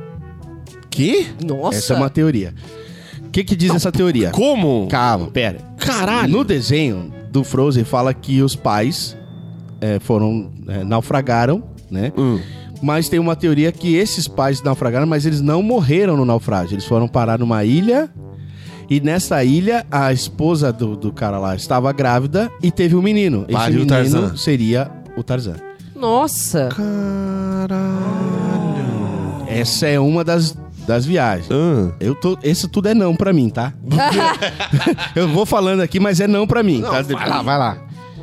Que? nossa. Essa é uma teoria. O que que diz essa teoria? Como? Calma, pera. Caralho. No desenho do Frozen fala que os pais é, foram é, naufragaram, né? Hum. Mas tem uma teoria que esses pais naufragaram, mas eles não morreram no naufrágio. Eles foram parar numa ilha. E nessa ilha, a esposa do, do cara lá estava grávida e teve um menino. Esse Pariu o menino Tarzan. seria o Tarzan. Nossa. Caralho. Essa é uma das, das viagens. Ah. Eu tô, esse tudo é não pra mim, tá? Eu vou falando aqui, mas é não pra mim. Não, tá? vai lá, vai lá.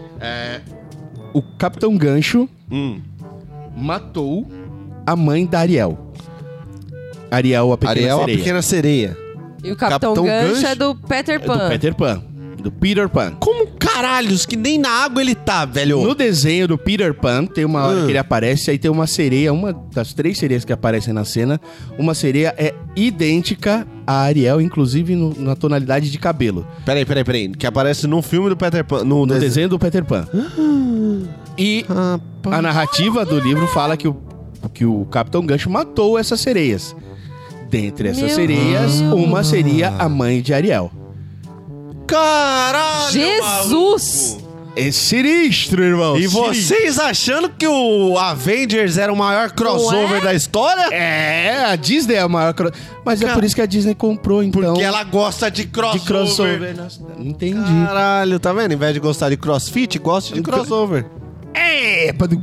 O Capitão Gancho Hum. matou a mãe da Ariel. Ariel, a pequena Ariel, sereia. a pequena sereia. E o Capitão, Capitão Gancho, Gancho é do Peter É Pan. do Peter Pan. Do Peter Pan. Como caralhos que nem na água ele tá, velho? No desenho do Peter Pan, tem uma hora Hum. que ele aparece, aí tem uma sereia, uma das três sereias que aparecem na cena. Uma sereia é idêntica a Ariel, inclusive no- na tonalidade de cabelo. Peraí, peraí, peraí. Que aparece no filme do Peter Pan. No, No desenho. desenho do Peter Pan. E a narrativa do livro fala que o, que o Capitão Gancho matou essas sereias. Dentre essas Meu sereias, Deus. uma seria a mãe de Ariel. Caralho, Jesus! maluco. É sinistro, irmão. E sinistro. vocês achando que o Avengers era o maior crossover é? da história? É, a Disney é a maior... cro- Mas é Cara, por isso que a Disney comprou, então... Porque ela gosta de crossover. de crossover. Nossa, entendi. Caralho, tá vendo? Em vez de gostar de crossfit, gosta de crossover. É, padu-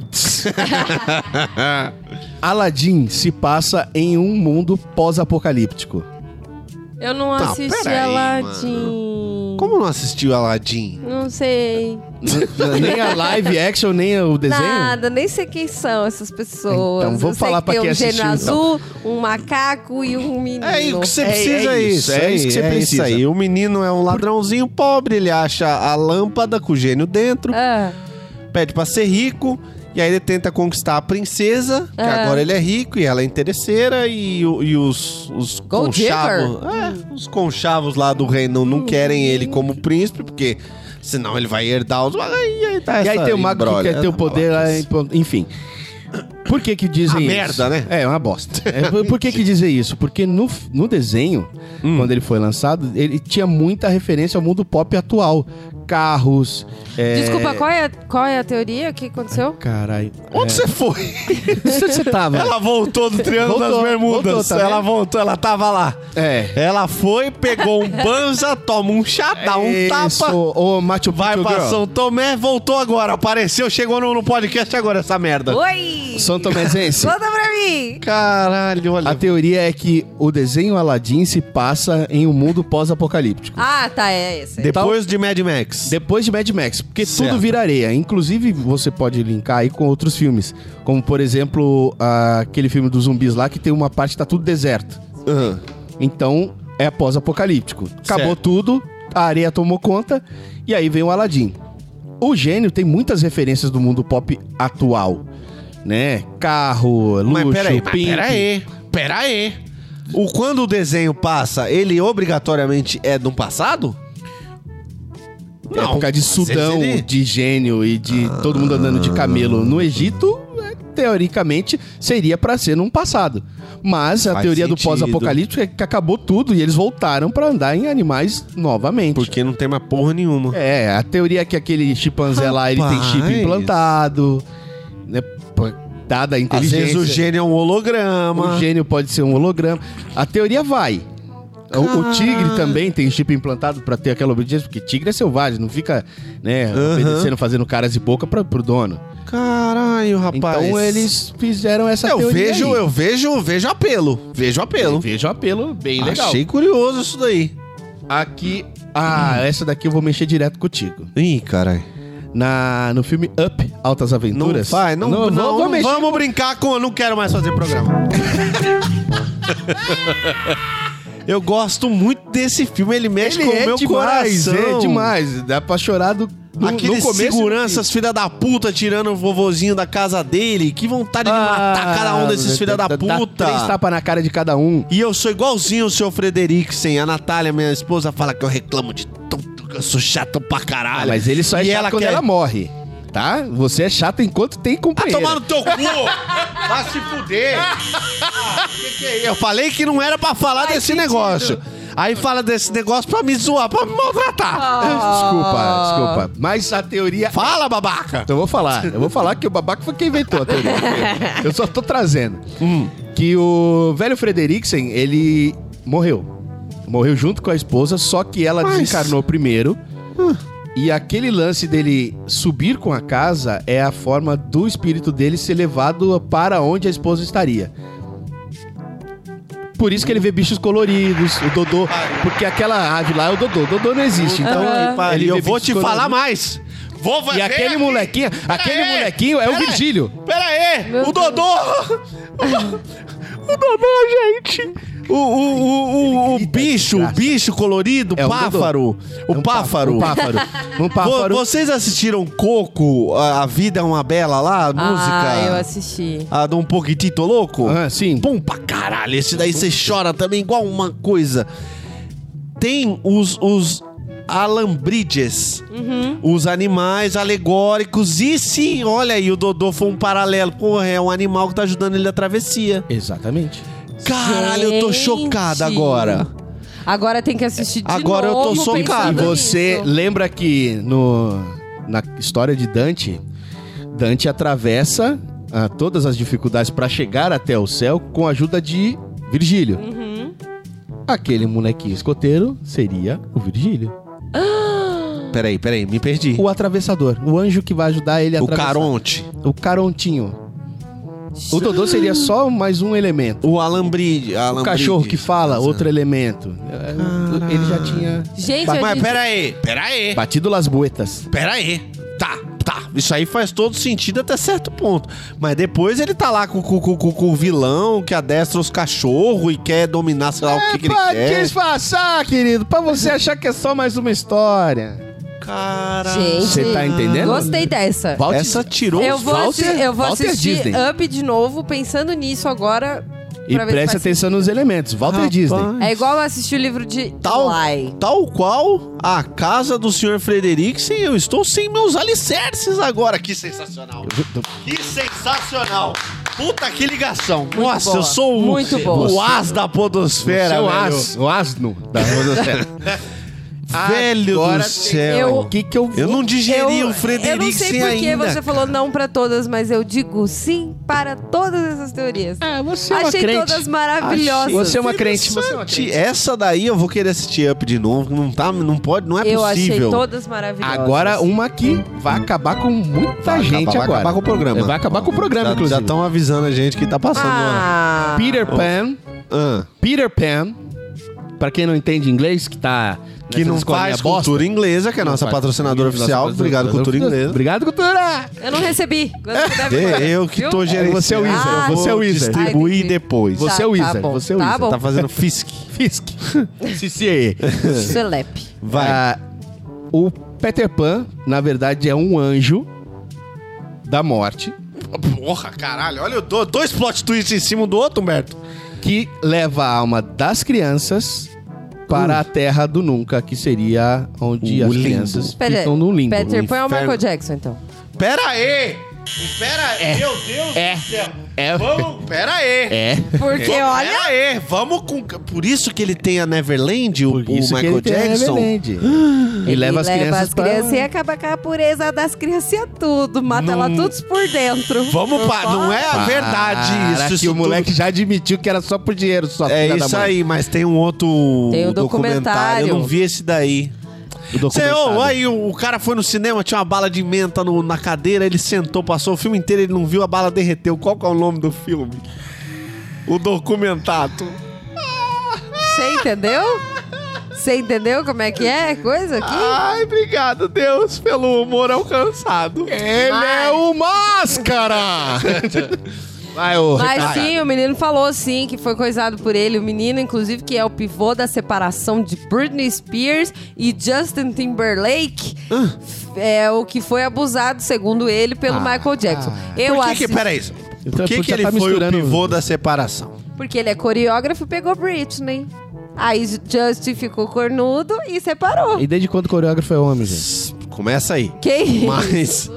Aladdin se passa em um mundo pós-apocalíptico. Eu não Tá, assisti peraí, Aladdin. Como não assistiu Aladdin? Não sei. Nem a live action, nem o desenho? Nada, nem sei quem são essas pessoas. Então, vou Eu sei falar que pra tem quem um gênio assistiu, então. azul, um macaco e um menino. É o que você É- precisa, é é isso, isso. é isso que você é precisa. Isso aí. O menino é um ladrãozinho pobre, ele acha a lâmpada com o gênio dentro, Ah, pede pra ser rico, e aí ele tenta conquistar a princesa, que Ah. agora ele é rico e ela é interesseira, e, o- e os, os Gold conchavos... É, os conchavos lá do reino não querem ele como príncipe, porque Senão ele vai herdar os... Aí, aí tá E aí essa tem o mago que embrolha, quer ter o essa poder lá, maluquice. em- enfim. Por que que dizem Uma isso? merda, né? É, uma bosta. É, por- por que que dizem isso? Porque no, no desenho, Hum. quando ele foi lançado, ele tinha muita referência ao mundo pop atual. Carros, é... Desculpa, qual é, a, qual é a teoria? O que aconteceu? Caralho. Onde você foi? Onde você tava? Ela voltou do Triângulo Voltou, das Bermudas. voltou, tá ela vendo? voltou, ela tava lá. É. Ela foi, pegou um banza, toma um chá, dá um Isso, tapa, ô Machu Picchu vai pra Girl. São Tomé, voltou agora. Apareceu, chegou no, no podcast agora, essa merda. Oi! São Tomésense. Conta pra mim! Caralho, olha. A teoria é que o desenho Aladdin se passa em um mundo pós-apocalíptico. Ah, tá, é esse. Depois de Mad Max. Depois de Mad Max, porque Certo. tudo vira areia. Inclusive, você pode linkar aí com outros filmes. Como, por exemplo, aquele filme dos zumbis lá, que tem uma parte que tá tudo deserto. Aham. Então, é pós-apocalíptico. Acabou Certo. tudo, a areia tomou conta, e aí vem o Aladdin. O gênio tem muitas referências do mundo pop atual, né? Carro, luxo, Mas peraí, mas pimp. peraí, peraí. O, quando o desenho passa, ele obrigatoriamente é do passado? Época de às vezes Sudão, ele- de gênio e de todo mundo andando de camelo no Egito, é, teoricamente, seria pra ser num passado. Mas a Faz teoria do sentido. pós-apocalíptico é que acabou tudo e eles voltaram pra andar em animais novamente. Porque não tem mais porra nenhuma. É, a teoria é que aquele chimpanzé lá, ele tem chip Rapaz. implantado, né? pô, Dada a Às inteligência. vezes o gênio é um holograma. O gênio pode ser um holograma. A teoria vai. O, o tigre também tem chip implantado pra ter aquela obediência, porque tigre é selvagem, não fica, né, Aham. obedecendo, fazendo caras de boca pra, pro dono. Caralho, rapaz. Então eles fizeram essa Eu teoria vejo, aí. eu vejo, vejo apelo. Vejo apelo. Vejo o apelo bem legal. Achei curioso isso daí. Aqui, ah, essa daqui eu vou mexer direto contigo. Ih, caralho. Na, no filme Up, Altas Não Aventuras. faz, não, não, vou- não, vou mexer vamos brincar com... Eu não quero mais fazer programa. Eu gosto muito desse filme, ele mexe Ele com é o meu demais, coração. é demais. Dá pra chorar do, no, Aqueles no começo. seguranças, filha da puta, tirando o vovozinho da casa dele. Que vontade de matar cada um desses filha da dá- dá puta. Três tapas na cara de cada um. E eu sou igualzinho o seu Frederiksen. A Natália, minha esposa, fala que eu reclamo de tudo, que eu sou chato pra caralho. Ah, mas ele só é E chato ela quando quer- ela morre, tá? Você é chato enquanto tem Vai companheiro. tomar no teu cu! Vai se fuder! Ah, que que é isso? Eu falei que não era pra falar desse sentido. negócio. Aí fala desse negócio pra me zoar, pra me maltratar. Desculpa, desculpa. Mas a teoria... Fala, babaca! Então eu vou falar. Eu vou falar que o babaca foi quem inventou a teoria. Eu só tô trazendo. Que o velho Frederiksen, ele morreu. Morreu junto com a esposa, só que ela Mas- desencarnou primeiro. E aquele lance dele subir com a casa é a forma do espírito dele ser levado para onde a esposa estaria. Por isso que ele vê bichos coloridos, o Dodô. Porque aquela ave lá é o Dodô. O Dodô não existe. Então, Aham. ele eu vê vou bichos te falar coloridos. mais. Vou E aquele molequinho, aquele aí, molequinho é o pera aí. Virgílio. Pera aí! Meu O Dodô! O Dodô, gente! O, o, o, o, o Que bicho, o desgraça. bicho colorido, É o páfaro. O Um páfaro. Um páfaro. Um Vo- páfaro. Vocês assistiram Coco, a, a Vida é uma Bela lá, a música? Ah, eu assisti. A de um Poquitito Louco? Ah, sim. Bom pra caralho, esse daí você chora também igual uma coisa. Tem os, os alambrides, os animais alegóricos. E sim, olha aí, o Dodô foi um paralelo. Porra, é um animal que tá ajudando ele na travessia. Exatamente. Caralho, eu tô Gente. chocado agora. Agora tem que assistir de Agora eu tô novo socado. E pensando você nisso. lembra que no, na história de Dante, Dante atravessa ah, todas as dificuldades para chegar até o céu com a ajuda de Virgílio. Uhum. Aquele molequinho escoteiro seria o Virgílio. Peraí, peraí, me perdi. O atravessador, o anjo que vai ajudar ele a O atravessar. Caronte. O Carontinho. O Dodô seria só mais um elemento. O alambride. O cachorro que fala, outro elemento. É, Ele já tinha Gente, Ba- a Mas gente- peraí, peraí. batido las buetas. Peraí. Tá, tá. Isso aí faz todo sentido até certo ponto. Mas depois ele tá lá com, com, com, com- com o vilão que adestra os cachorros e quer dominar, sei lá o que, que ele pra quer. disfarçar, querido, pra você achar que é só mais uma história. Cara. Gente, Você tá entendendo? Gostei dessa. Walt- Essa tirou Eu os vou, Walter- assi- eu vou Walter assistir Disney. Up de novo, pensando nisso agora. E Pra ver se preste faz atenção nos elementos. Walter Rapaz. Disney. É igual eu assistir o livro de Tal, Lie. tal qual a casa do senhor Frederiksen, eu estou sem meus alicerces agora. Que sensacional. Que sensacional. Puta, que ligação. Nossa, boa. eu sou o, Muito boa. o as da podosfera, Você é o velho. as, o asno da rodosfera. Velho Agora do tem- céu. Eu- O que que eu vou... Eu não digeri Eu, o eu não Frederiksen sei por que ainda. você falou não pra todas, mas eu digo sim para todas essas teorias. Ah, você é uma Achei crente. todas maravilhosas. Você é uma crente, você é uma Interessante. crente. Essa daí eu vou querer assistir Up de novo. Não tá, não pode, não é Eu achei possível. todas maravilhosas. Agora, uma que vai acabar com muita Vai gente acabar, vai agora. acabar com o programa. Vai acabar com o programa, Já- inclusive. Já estão avisando a gente que tá passando. Ah, Peter Pan. Ah, Peter Pan. Pra quem não entende inglês, que tá... que nessas não escolinhas faz bosta. cultura inglesa, que é a Não nossa faz patrocinadora cultura oficial. inglesa, Obrigado, nossa cultura patrocinadora. inglesa. Obrigado, cultura! eu não recebi. Quando puder me mandar. É, eu que Viu? tô gerenciando. Você é o Wizard, Ah, você é o Vou Wizard. Ah, distribuir entendi. depois. Você Tá, é o tá Wizard, bom, você é o tá Wizard. bom. Tá fazendo Fisk. Fisk. C C E. Celep. Vai. Ah, o Peter Pan, na verdade, é um anjo da morte Porra, caralho. Olha, eu dou dois plot twists em cima do outro, Humberto. que leva a alma das crianças para a Terra do Nunca, que seria onde O as limbo. crianças Pera, ficam no limbo. Peter no Pan é o inferno. Michael Jackson, então. Pera aí. Pera aí. Meu Deus É. do céu. É. Vamos, pera aí. É. Porque, Pera olha... aí. Vamos com... Por isso que ele tem a Neverland, o, Por o isso que Michael ele tem a Jackson. Neverland. E leva as leva crianças as crianças pra... e acaba com a pureza das crianças e tudo. Mata ela Não- todos por dentro. Vamos Por pa... Não é a Para, verdade isso. que isso o moleque tudo- já admitiu que era só por dinheiro, só É filha da isso mãe. aí, mas tem um outro Tem o documentário. Eu não vi esse daí. O Cê, documentário. ô, aí o, o cara foi no cinema, tinha uma bala de menta no- na cadeira, ele sentou, passou o filme inteiro, ele não viu, a bala derreteu. Qual que é o nome do filme? O documentário. Você entendeu? Você entendeu como é que é a coisa aqui? Ai, obrigado, Deus, pelo humor alcançado. Ele Mas- é o Máscara! Vai, ô. Mas Ricardo. sim, o menino falou sim que foi coisado por ele. O menino, inclusive, que é o pivô da separação de Britney Spears e Justin Timberlake, é o que foi abusado, segundo ele, pelo Michael Jackson. Eu Por que acho que, peraí, por Então, que, porque que ele tá foi o misturando- pivô da separação? porque ele é coreógrafo e pegou Britney. Aí Justin ficou cornudo e separou. E desde quando o coreógrafo é homem, gente? Começa aí. Que isso? Mas,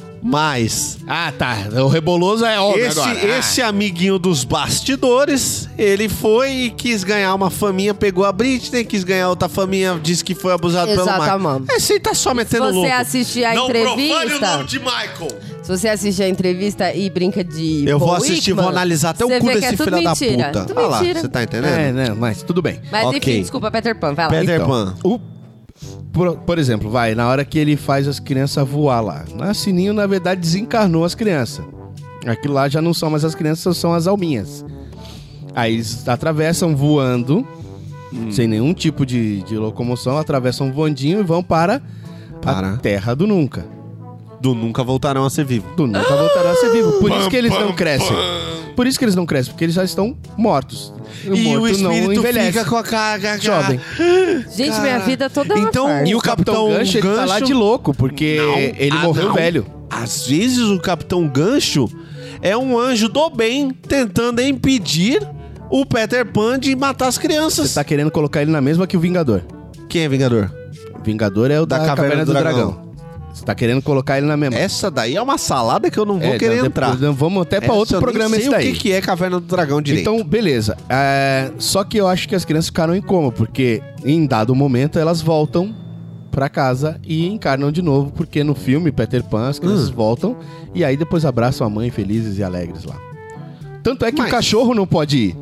mas Ah, tá. O reboloso é homem esse, agora. esse amiguinho dos bastidores, ele foi e quis ganhar uma faminha, pegou a Britney, quis ganhar outra faminha, disse que foi abusado pelo Exatamente. Michael. Esse aí tá só metendo você louco. assistir a Não profane o entrevista- nome de Michael. Se você assistir a entrevista e brinca de Eu vou Paul assistir, Wickman, vou analisar até o você cu vê que desse é tudo filho da mentira. puta. Tudo Olha lá, mentira. você tá entendendo? É, né? Mas tudo bem. Mas Ok. enfim, desculpa, Peter Pan, vai lá. Peter Então, Pan. o- por, por exemplo, vai, na hora que ele faz as crianças voar lá. A Sininho, na verdade, desencarnou as crianças. Aquilo lá já não são mais as crianças, são as alminhas. Aí eles atravessam voando, sem nenhum tipo de, de locomoção, atravessam voandinho e vão para, Para. a Terra do Nunca. Do Nunca Voltarão a Ser Vivo. Do Nunca voltarão a ser vivo. Por isso que eles não crescem. Por isso que eles não crescem, porque eles já estão mortos. O E o morto não espírito envelhece. fica com a cara... Jovem. Gente, minha vida toda é uma Então, farsa. E o Capitão, Gancho, ele tá lá de louco, porque Não. ele Ah, morreu não. velho. Às vezes o Capitão Gancho é um anjo do bem tentando impedir o Peter Pan de matar as crianças. Você tá querendo colocar ele na mesma que o Vingador. Quem é Vingador? O Vingador é o da, Da Caverna, do, Dragão. Você tá querendo colocar ele na mesma. Essa daí é uma salada que eu não vou É, querer não, entrar. depois, não, vamos até pra Essa outro eu nem programa sei esse daí. o que, que é Caverna do Dragão direito. Então, beleza. É, só que eu acho que as crianças ficaram em coma, porque em dado momento elas voltam pra casa e encarnam de novo, porque no filme Peter Pan as crianças Hum. voltam e aí depois abraçam a mãe felizes e alegres lá. Tanto é que Mas- o cachorro não pode ir.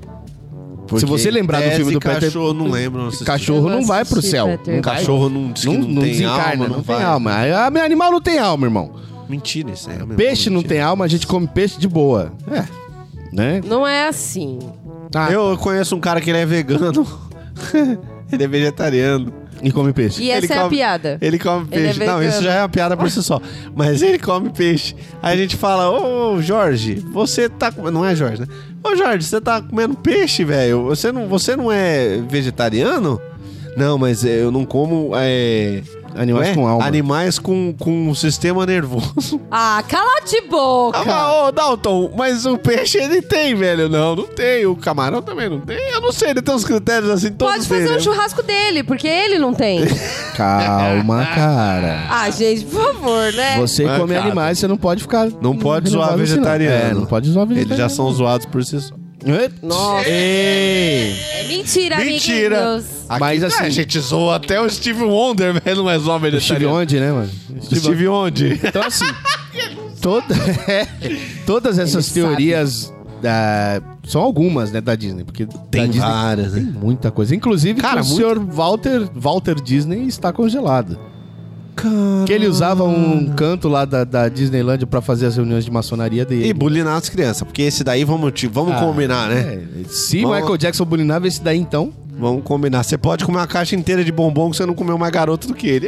Porque se você lembrar do tese, filme do Peter cachorro, não lembro. Não assisti. Cachorro Eu não vai pro assisti céu. Peter Não Pan. vai. Cachorro não diz que Não, não, não tem desencarna, alma, não, não tem vai. alma. A- Animal não tem alma, irmão. Mentira isso aí. é mesmo, Peixe não mentira. tem alma, a gente come peixe de boa. É. Né? Não é assim. Ah, Eu conheço um cara que ele é vegano. Ele é vegetariano. E come peixe. E essa Ele é a come- piada. Ele come Ele é peixe. não, vegano. isso já é uma piada por si só. Mas ele come peixe. Aí a gente fala, ô Jorge, você tá comendo. Não é Jorge, né? Ô Jorge, você tá comendo peixe, velho. Você não, você não é vegetariano? Não, mas eu não como é, Animais Ué? com alma. Animais com, com um sistema nervoso. Ah, cala-te boca. Ah, mas, ô, Dalton, mas o peixe ele tem, velho. Não, não tem. O camarão também não tem. Eu não sei, ele tem uns critérios assim, todos Pode fazer têm, um né? churrasco dele, porque ele não tem. Calma, cara. Ah, gente, por favor, né? Você É, come cara. animais, você não pode ficar... Não pode zoar renovando assim, não. vegetariano. É, não pode zoar vegetariano. Eles já são zoados por si só. Nossa. Ei. É mentira, Mentira. amiguinhos. Aqui, Mas, ah, assim- a gente zoa até o Steve Wonder, velho. Não é zoar Steve vegetariano. onde, né, mano? Steve onde? Então, assim, toda, todas essas Ele teorias da- são algumas, né, da Disney. Porque Tem da Disney várias, tem né? muita coisa. Inclusive, Cara, que o muito- senhor Walter, Walter Disney está congelado. Que ele usava um canto lá da, da Disneylandia pra fazer as reuniões de maçonaria dele. E bulinar as crianças, porque esse daí vamos, te- vamos Ah, combinar, né? é, se Vamos- Michael Jackson bulinava esse daí, então... Vamos combinar. Você pode comer uma caixa inteira de bombom que você não comeu mais garoto do que ele.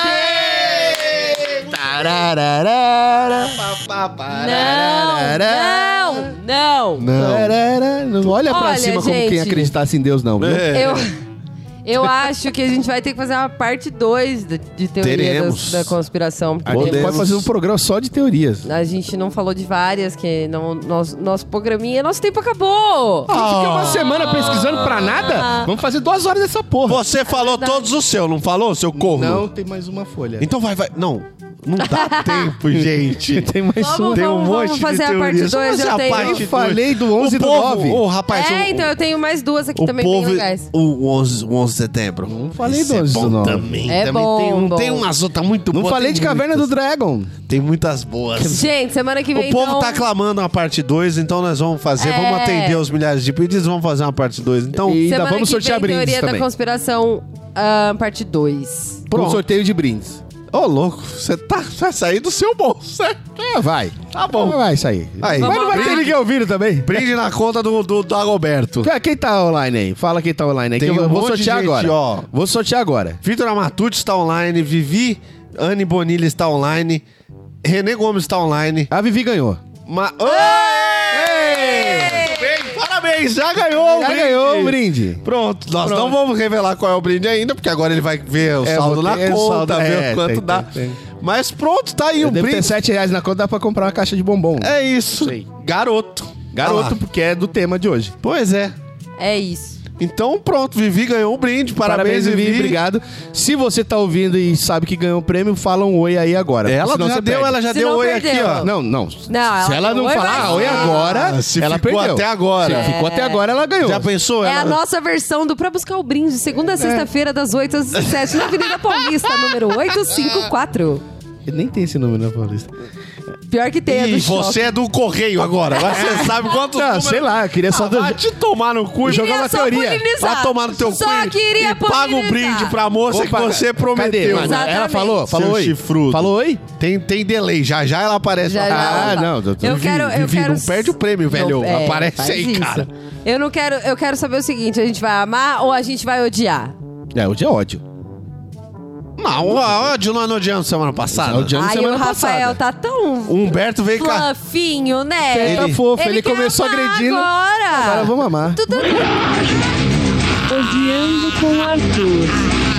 É! Tararara, Não, não, não. Não. tarara. Não olha pra Olha, cima como gente. quem acreditasse em Deus, não. viu? É. Eu, eu acho que a gente vai ter que fazer uma parte dois de, de teoria Teremos. das- da conspiração. A gente porque pode fazer um programa só de teorias. A gente não falou de várias, que não, nosso, nosso programinha, nosso tempo acabou. Fiquei uma semana pesquisando pra nada? Vamos fazer duas horas dessa porra. Você falou todos os seus, não falou, seu corno? Não, tem mais uma folha. Então vai, vai. Não, não dá tempo, gente. Tem mais Vamos, uma. Tem um vamos, monte vamos de fazer a parte teorias. dois, Vamos eu fazer a tenho. parte Eu dois. falei do onze o do povo, nove. Ô, rapaz, É, o, então eu tenho mais duas aqui o também povo, bem legais. o onze, o onze de setembro. Não falei Esse do onze é do bom nove. também. É também bom, tem, um- bom. tem umas outras muito Não boas. falei tem de Caverna do muitas. Dragon. Tem muitas boas. Gente, semana que vem, O povo então... tá clamando uma parte dois, então nós vamos fazer. É. Vamos atender os milhares de pedidos, vamos fazer uma parte dois. Então, E ainda Semana vamos que sortear vem, brindes teoria também. da conspiração, ah, parte dois. Um pronto. sorteio de brindes. Ô, louco, você tá, vai sair do seu bolso, né? É, vai. Tá bom. Vai sair. Aí. Mas não vai ter Brinde. ninguém ouvindo também. Brinde na conta do, do Dagoberto. Ah, Quem tá online aí? Fala quem tá online aí. Tem que eu um vou monte de sortear gente, agora. ó. Vou sortear agora. Vitor Amatucci está online, Vivi Anne Bonilha está online, Renê Gomes está online. A Vivi ganhou. Ma... Oi! Muito bem, parabéns, já ganhou o Já brinde. ganhou o brinde. Pronto, nós Pronto. não vamos revelar qual é o brinde ainda, porque agora ele vai ver o É, saldo vou na ter conta, saldo- ver é, o quanto tem, dá. tem, tem. Mas pronto, tá aí Eu o devo ter brinde. sete reais na conta, dá pra comprar uma caixa de bombom. É isso. Sei. Garoto. Garoto, Ah lá. porque é do tema de hoje. Pois é. É isso. Então pronto, Vivi ganhou um brinde. Parabéns, Vivi. Obrigado. Se você tá ouvindo e sabe que ganhou o prêmio, fala um oi aí agora. Ela senão já você deu, perde. ela já Se deu não oi perdeu. aqui, ó. Não, não. Não, Se ela ela não deu oi, falar vai oi sim. agora, Ah, se ela ficou perdeu. até agora. Se ficou até agora, ela ganhou. Já pensou? É a ela... nossa versão do Pra Buscar o Brinde, segunda a sexta-feira, das oito às dezessete, na Avenida Paulista, número oitocentos e cinquenta e quatro. Nem tem esse número na Paulista. Pior que tem, é E do você shopping. é do correio agora. Mas você sabe quantos Não, números... sei lá, eu queria só... Ah, do- vai te tomar no cu e Queria jogar uma só teoria. polinizar. Vai tomar no teu Só cu e- queria e paga o polinizar. brinde pra moça Vou que pagar. você Cadê? prometeu. Mano, ela Exatamente. falou, falou Seu oi. chifrudo. Falou oi? Tem, tem delay, já já ela aparece. Já, na já. tela. Ah, não, doutor. Eu Vivi, quero, eu Vivi, quero... não perde o prêmio, velho. Não, é, Aparece faz aí, isso. cara. Eu não quero, eu quero saber o seguinte, a gente vai amar ou a gente vai odiar? É, hoje é ódio. Não, o ódio nós não odiamos semana passada. Odiamos Ai, semana o Rafael passada. tá tão O Humberto veio cá. fofinho, né? Ele tá fofo, ele, quer começou amar agredindo. Agora. Agora vamos amar. Tudo Odiando com Arthur.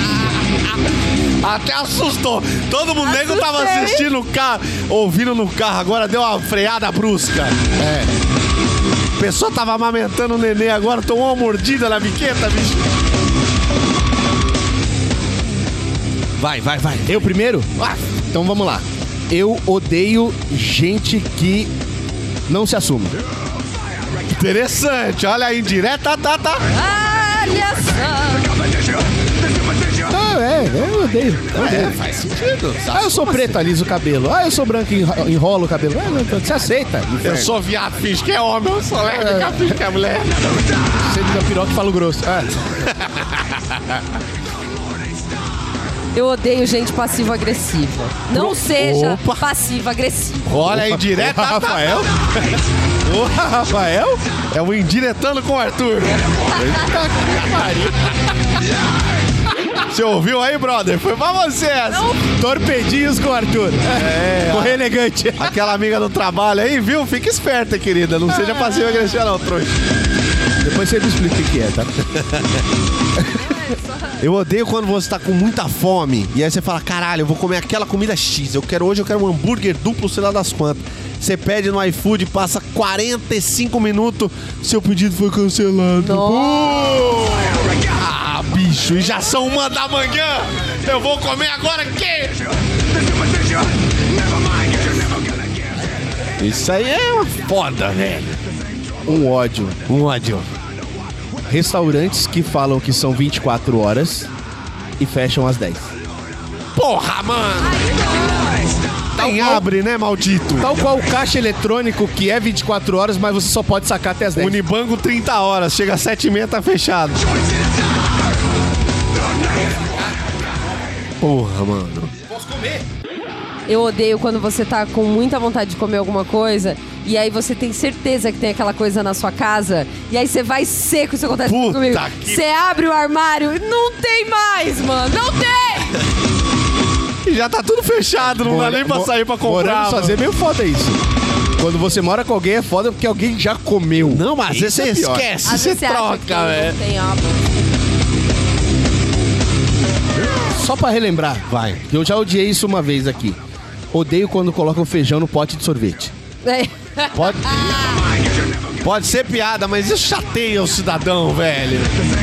Até assustou. Todo mundo nego Assustei. tava assistindo no carro, ouvindo no carro, agora deu uma freada brusca. É. A pessoa tava amamentando o neném agora, tomou uma mordida na biqueta, bicho. Vai, vai, vai. Eu primeiro? Ah, Então vamos lá. Eu odeio gente que não se assume. interessante. Olha aí, indireta, tá, tá. Olha só. Ah, é, eu odeio. Eu odeio. É, faz sentido. Ah, eu sou preto, aliso o cabelo. Ah, eu sou branco e enro- enrolo o cabelo. Ah, não, você aceita. Eu Inferno. sou viado, finge que é homem. Eu sou lésbica, finge que é mulher. Você liga piroca e falo grosso. Ah, Eu odeio gente passivo-agressiva. Não seja Opa. passivo-agressivo. Olha aí, indireta, o Rafael? O Rafael é o indiretando com o Arthur. Você ouviu aí, brother? Foi pra você essa. Torpedinhos com o Arthur. É, Correio elegante. aquela amiga do trabalho aí, viu? Fica esperta, querida. Não seja passiva agressiva, não, trouxa. Depois você me explica o que que é, tá? Eu odeio quando você tá com muita fome e aí você fala, caralho, eu vou comer aquela comida X. Eu quero hoje, eu quero um hambúrguer duplo, sei lá das quantas. Você pede no iFood, passa quarenta e cinco minutos, seu pedido foi cancelado. Pô! Ah, bicho, e já são uma da manhã. Eu vou comer agora quê? Isso aí é uma foda, velho. Um ódio. Um ódio. Restaurantes que falam que são vinte e quatro horas e fecham às dez. Porra, mano! Nem abre, né, maldito? Tal qual o caixa eletrônico que é vinte e quatro horas, mas você só pode sacar até às dez. Unibanco trinta horas, chega às sete e meia, tá fechado. Porra, mano. Posso comer? Eu odeio quando você tá com muita vontade de comer alguma coisa e aí você tem certeza que tem aquela coisa na sua casa e aí você vai seco, isso acontece Puta comigo. que- Você abre o armário e não tem mais, mano. Não tem! E já tá tudo fechado, não dá nem pra sair pra comprar. Morando sozinho é meio foda isso. Quando você mora com alguém é foda porque alguém já comeu. Não, mas às vezes Isso você é pior. esquece, Às você vezes acha que troca, tem, velho. não tem aba. Só pra relembrar, Vai. eu já odiei isso uma vez aqui. Odeio quando colocam feijão no pote de sorvete. É. Pode... Pode ser piada, mas isso chateia o cidadão, velho.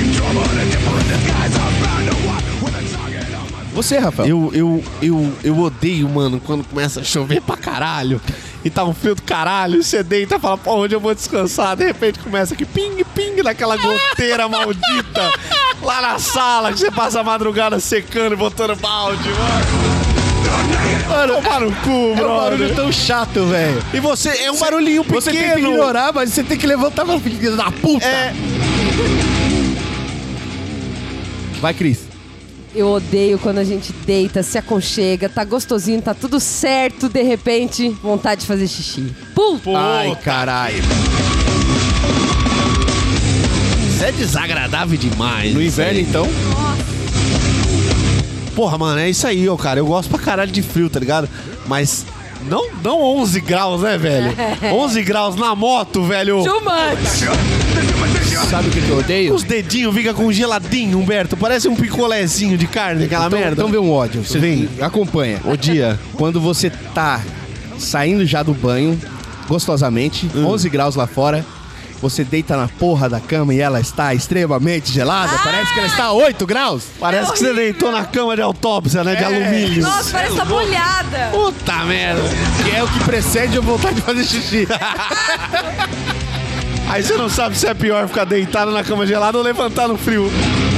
Você, Rafael? Eu, eu, eu, eu odeio, mano, quando começa a chover pra caralho e tá um frio do caralho, e você deita e fala, pô, onde eu vou descansar? De repente começa aqui, ping, ping, naquela goteira maldita lá na sala, que você passa a madrugada secando e botando balde, mano. Mano, tomar no cu, É um brother. barulho tão chato, velho. E você, é um barulhinho pequeno. Você tem que ignorar, mas você tem que levantar pra filha da puta. É, Vai, Cris. Eu odeio quando a gente deita, se aconchega, tá gostosinho, tá tudo certo, de repente, vontade de fazer xixi. Puta! Ai, caralho. isso é desagradável demais. No isso inverno, aí. então? Porra, mano, é isso aí, ó, cara. Eu gosto pra caralho de frio, tá ligado? Mas não, não onze graus, né, velho? onze graus na moto, velho. Too much! Sabe o que que eu odeio? Os dedinhos ficam congeladinho, Humberto. Parece um picolézinho de carne, aquela Então, merda. então vê um ódio. Você Vem. acompanha. O dia. Quando você tá saindo já do banho, gostosamente, Hum. onze graus lá fora, você deita na porra da cama e ela está extremamente gelada. Parece que ela está a oito graus. Parece que você deitou na cama de autópsia, né? De alumínio. Nossa, parece que tá molhada! Puta merda. Que é o que precede a vontade de fazer xixi. Aí você não sabe se é pior ficar deitado na cama gelada ou levantar no frio.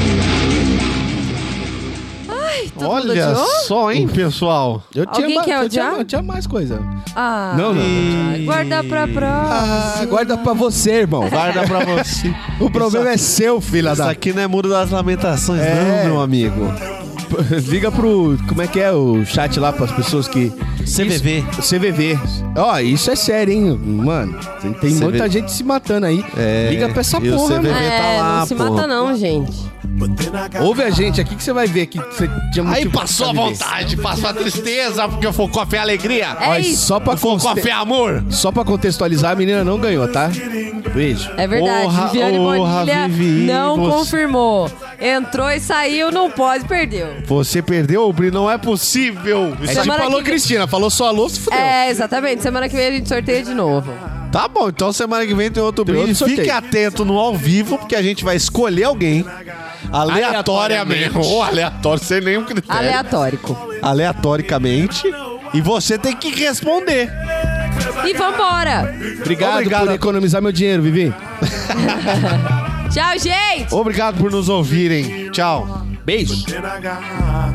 Todo mundo Olha odiou? só, hein, pessoal. Eu Alguém ma- quer eu tinha, odiar? eu tinha mais coisa. Ah, Não, não. ai, guarda pra próxima. Ah, guarda pra você, irmão. Guarda pra você. O problema é seu, filha Isso da... aqui não é Muro das Lamentações, É. não, meu amigo. Liga pro... Como é que é o chat lá pras pessoas que... C V V. Isso- C V V. Ó, isso é sério, hein, mano. Tem, tem C V V. muita gente se matando aí. É, Liga pra essa e o porra, C V V mano. É, tá lá, não se porra. mata não, gente. Ouve a gente aqui que você vai ver que você tinha Aí motivo passou a pra viver. vontade, passou a tristeza, porque o Focoff é alegria. É Ó, isso. só pra, O Focoff conste- é amor. só pra contextualizar, a menina não ganhou, tá? Beijo. É verdade, Porra, Viviane porra, Bonilha Vivi, não você- confirmou. Entrou e saiu, não pode, perdeu. Você perdeu, Bri, não é possível. É Isso tipo Semana falou que- Cristina, falou só alô, se fudeu. É, exatamente. Semana que vem a gente sorteia de novo. Tá bom, então semana que vem tem outro Tem brinde. outro sorteio. Fique atento no ao vivo, porque a gente vai escolher alguém aleatoriamente. Aleatoriamente. Ou aleatório, sem nenhum critério. Aleatórico. Aleatoricamente. E você tem que responder. E vambora. Obrigado, Obrigado. por economizar meu dinheiro, Vivi. Tchau, gente. Obrigado por nos ouvirem. Tchau. Beijo. Then I got high.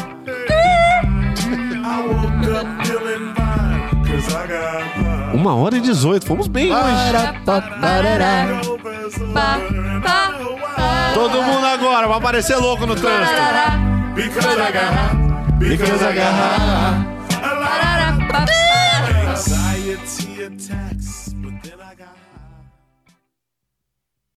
I woke up feeling fine, 'cause I got high. Uma hora e dezoito. Fomos bem hoje. Pa, pa, pa. Todo mundo agora. Vai aparecer louco no trânsito. Because I got high. Because I got high. Parará, pa, pa. Anxiety attacks, but then I got high.